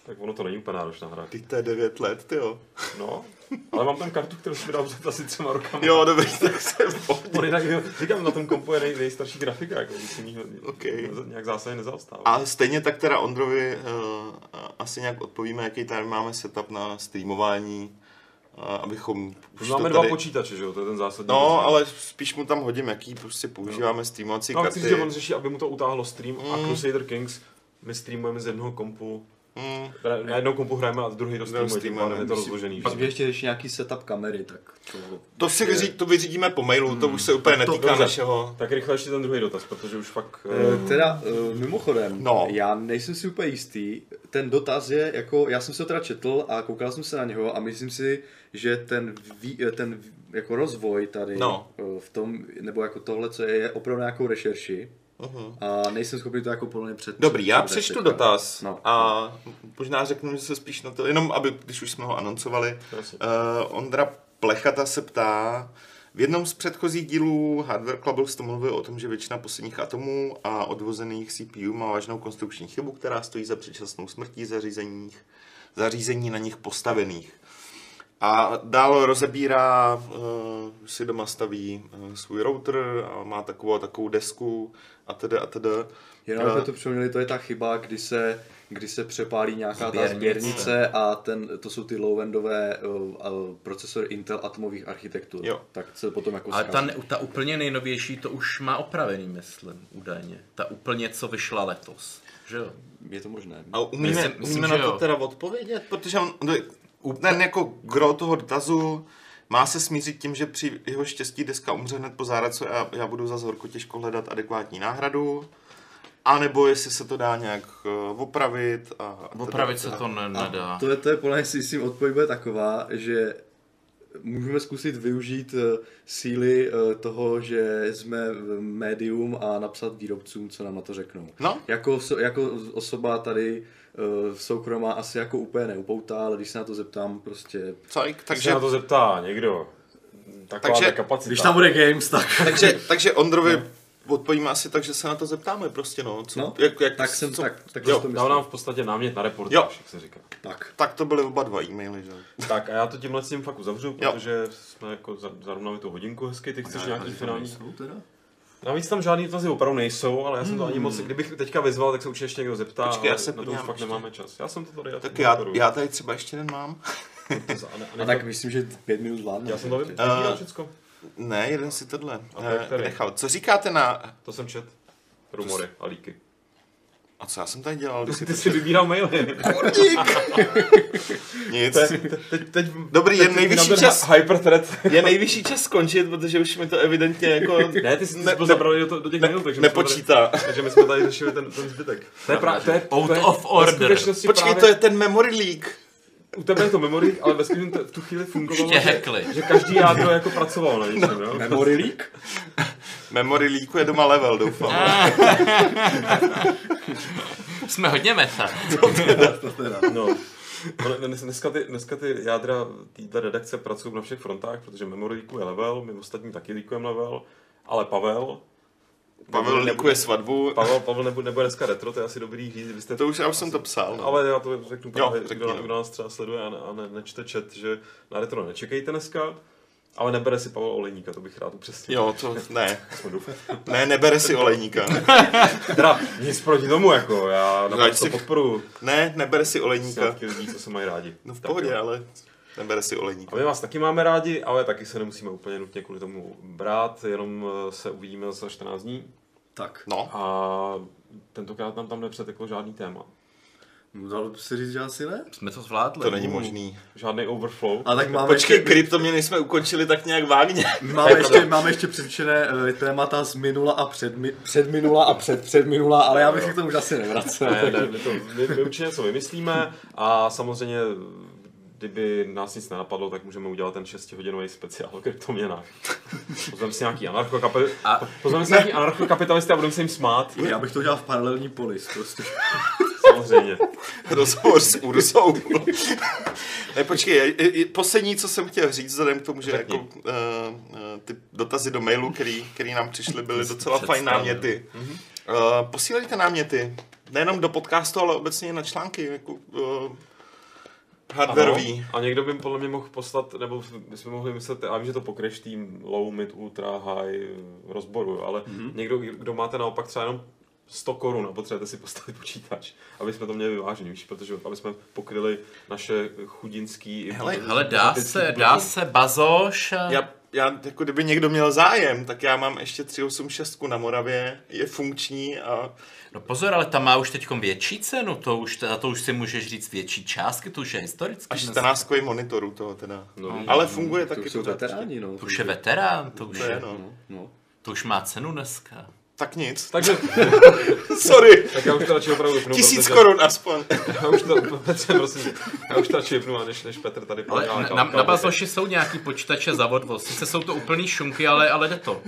Tak ono to není úplně náročná hra. Teď to je devět let, tyjo. No, ale mám tam kartu, kterou jsem mi dal před asi třema rokama. Jo, dobrý, tak se pohodě. On jinak, říkám, na tom kompu je nej, nejstarší grafika, jako si okay. nějak zásadně nezaostává. A stejně tak teda Ondrovi uh, asi nějak odpovíme, jaký tady máme setup na streamování, uh, abychom... Už máme dva tady... počítače, že jo, to je ten zásadní. No, rozměr. ale spíš mu tam hodím, jaký prostě používáme no. streamovací no, karty. No, chci říct, že on řeší, aby mu to utáhlo stream mm. a Crusader Kings my streamujeme z jednoho kompu. Mm. Na jednou kompu hrajeme a druhý to streamuje, tím pádem je to rozložený. Pak ještě řeší nějaký setup kamery, tak to... To, si vyří, to vyřídíme po mailu, mm. to už se úplně tak to, netýká dobře. našeho. Tak rychle ještě ten druhý dotaz, protože už fakt... Uh, teda, uh, mimochodem, no. já nejsem si úplně jistý, ten dotaz je jako, já jsem se ho teda četl a koukal jsem se na něho a myslím si, že ten, vý, ten jako rozvoj tady no. v tom, nebo jako tohle, co je, je opravdu nějakou rešerši. Uh-huh. A nejsem schopný to jako podle mě před... Dobrý, já přečtu teďka. dotaz no. a možná řeknu, že se spíš na to, jenom aby, když už jsme ho anoncovali, uh, Ondra Plechata se ptá, v jednom z předchozích dílů Hardware Club jste mluvil o tom, že většina posledních atomů a odvozených C P U má vážnou konstrukční chybu, která stojí za předčasnou smrtí zařízení, zařízení na nich postavených. A dál rozebírá, uh, si doma staví uh, svůj router a má takovou takovou desku a teda a teda. Jenom jsme to připomněli, to je ta chyba, kdy se, kdy se přepálí nějaká Sběrnice. ta sběrnice a ten, to jsou ty low-endové uh, uh, procesory Intel atomových architektur. Jo. Tak se potom jako Ale ta, zkazí. ta úplně nejnovější to už má opravený, myslím, údajně. Ta úplně, co vyšla letos. Že jo? Je to možné. A umíme, Myslím- myslím, umíme že na to jo. teda odpovědět, protože on, ten jako gro toho dotazu má se smířit tím, že při jeho štěstí deska umře hned po záradce a já budu zase horko těžko hledat adekvátní náhradu. A nebo jestli se to dá nějak uh, opravit. A, a Opravit teda, se to ne, nedá. A to je, to je podle mě si myslím odpověď bude taková, že můžeme zkusit využít uh, síly uh, toho, že jsme v médium a napsat výrobcům, co nám na to řeknou. No. Jako, jako osoba tady uh, soukromá asi jako úplně neupoutá, ale když se na to zeptám, prostě... Cajk, Takže takže, se na to zeptá někdo. Taková Takže- kapacita. Když tam bude Games, tak... takže, takže Ondrovi odpovíme asi tak, že se na to zeptáme prostě, no. Co, No, jak, jak, tak jsem, co, tak, tak jo, to Dal myslím. nám v podstatě námět na reportáž, Jo. jak se říká. Tak. Tak to byly oba dva e-maily, že? Tak a já to tímhle s tím fakt uzavřu, Jo. protože jsme jako za- zarovnali tu hodinku hezky, ty chceš nějaký finální... Jsou teda? Navíc tam žádný dotazy opravdu nejsou, ale já jsem to ani moc, kdybych teďka vyzval, tak se určitě ještě někdo zeptá, Počkej, já ale se na to už podívám fakt ještě. nemáme čas. Já jsem to tady... Tak já, já tady třeba ještě jeden mám. A tak myslím, že pět minut zvládne. Já jsem to Uh, vybíral všecko. Ne, jeden si tohle A to je eh, který? nechal. Co říkáte na... To jsem čet. Rumory a líky. A co já jsem tady dělal? Když si Ty jsi vybíral maily. Nic. teď, teď, Dobrý, je teď nejvyšší ten čas. Hyperthread. Je nejvyšší čas skončit, protože už mi to evidentně jako... Ne, ty jsi Ne- to zabrali do, to- do těch ne- mailů, takže my jsme nepočítá. Tady, takže my jsme tady řešili ten, ten zbytek. To je právě, to je, Out to je, of ve order. skutečnosti Počkej, právě, to je ten memory leak. U tebe je to memory, ale ve skutečnosti v tu chvíli fungovalo, Už tě že, hackli. že každý jádro jako pracovalo na něčem, jo? Memory leak? Memory leaku je doma level, doufám. Jsme hodně meta. To teda. No. Ale dnes- Dneska ty, dneska ty jádra této redakce pracují na všech frontách, protože memory leaku je level, my ostatní taky leakujeme level, ale Pavel... Pavel leakuje svatbu. Pavel, Pavel nebude, nebude dneska retro, to je asi dobrý říct, vy jste... To už já už jsem to psal. No. Ale já to řeknu právě, řekni, kdo, no. kdo nás třeba sleduje a, ne, a ne, nečte chat, že na retro nečekejte dneska, ale nebere si Pavel Olejníka, to bych rád upřesnil. Jo, to ne. Jsme doufali. Ne, nebere si olejníka. Teda nic proti tomu, jako, já naprosto si- podporu Ne, nebere si olejníka. sňatky lidí, co se mají rádi. No v Tak pohodě, jo. ale nebere si A olejníka. my vás taky máme rádi, ale taky se nemusíme úplně nutně kvůli tomu brát, jenom eh, se uvidíme za čtrnáct dní Tak. No, a tentokrát nám tam nepřeteklo žádný téma. Dalo by se říct, že asi ne? Jsme to zvládli. to není možný. Žádný overflow. A tak máme Počkej, ještě, kryptoměny jsme ukončili tak nějak vágně. máme ještě, máme ještě přečtené uh, témata z minula a před, mi, před minula a před před minula, ale já bych se k tomu už asi nevracel. Ne, ne, my, to, my, my určitě něco vymyslíme a samozřejmě, kdyby nás nic nenapadlo, tak můžeme udělat ten šestihodinový speciál o kryptoměnách. Pozveme si nějaký anarchokapitalisty a... Pozveme si nějaký anarchokapitalisty a budeme se jim smát. Já bych to udělal v paralelní polis, prostě. Samozřejmě. Rozhovor s Ursou. Ne, počkej, je- je- poslední, co jsem chtěl říct, vzhledem k tomu, že Řekni. jako, uh, uh, ty dotazy do mailu, který, který nám přišly, byly docela fajn náměty. Uh, posílejte náměty. nejenom do podcastu, ale obecně na články, jako uh, hardwareový. A někdo by podle mě mohl poslat, nebo bychom mohli myslet, já vím, že to pokryješ tým low, mid, ultra, high rozboru, ale mm-hmm. někdo, kdo máte naopak třeba jenom sto korun a potřebujete si postavit počítač, aby jsme to měli vyvážený, víš, protože aby jsme pokryli naše chudinský... Hele, hele dá se, dá se, bazoš. A... Já, já, jako kdyby někdo měl zájem, tak já mám ještě tři osm šest na Moravě, je funkční a... No pozor, ale ta má už teďkom větší cenu, to už, a to už si můžeš říct větší částky, to už je historicky. Až čtrnáctkový monitorů toho teda. No, ale funguje to taky. To jsou veteráni, no. To už je veterán, to už to je, je, no. no. To už má cenu dneska. Tak nic. Takže... Sorry. Tak já už to radši opravdu vypnu. Tisíc protože... korun aspoň. Já už to, Petře, prosím, já už to radši vypnu, než, než Petr tady ale podělá. na, na bazoši jsou nějaký počítače za odvoz, sice jsou to úplný šunky, ale, ale jde to.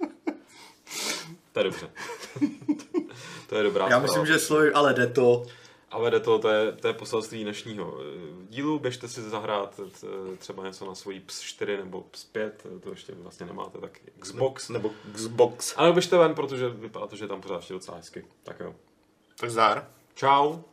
To je dobře. To je dobrá Já myslím, že slovy, ale jde to. Ale jde to, to je, to je poselství dnešního dílu. Běžte si zahrát třeba něco na svojí P S čtyři nebo P S pět, to ještě vlastně nemáte, tak Xbox. Nebo Xbox. Ale běžte ven, protože vypadá to, že je tam pořád ještě docela hezky. Tak jo. Tak zdár. Čau.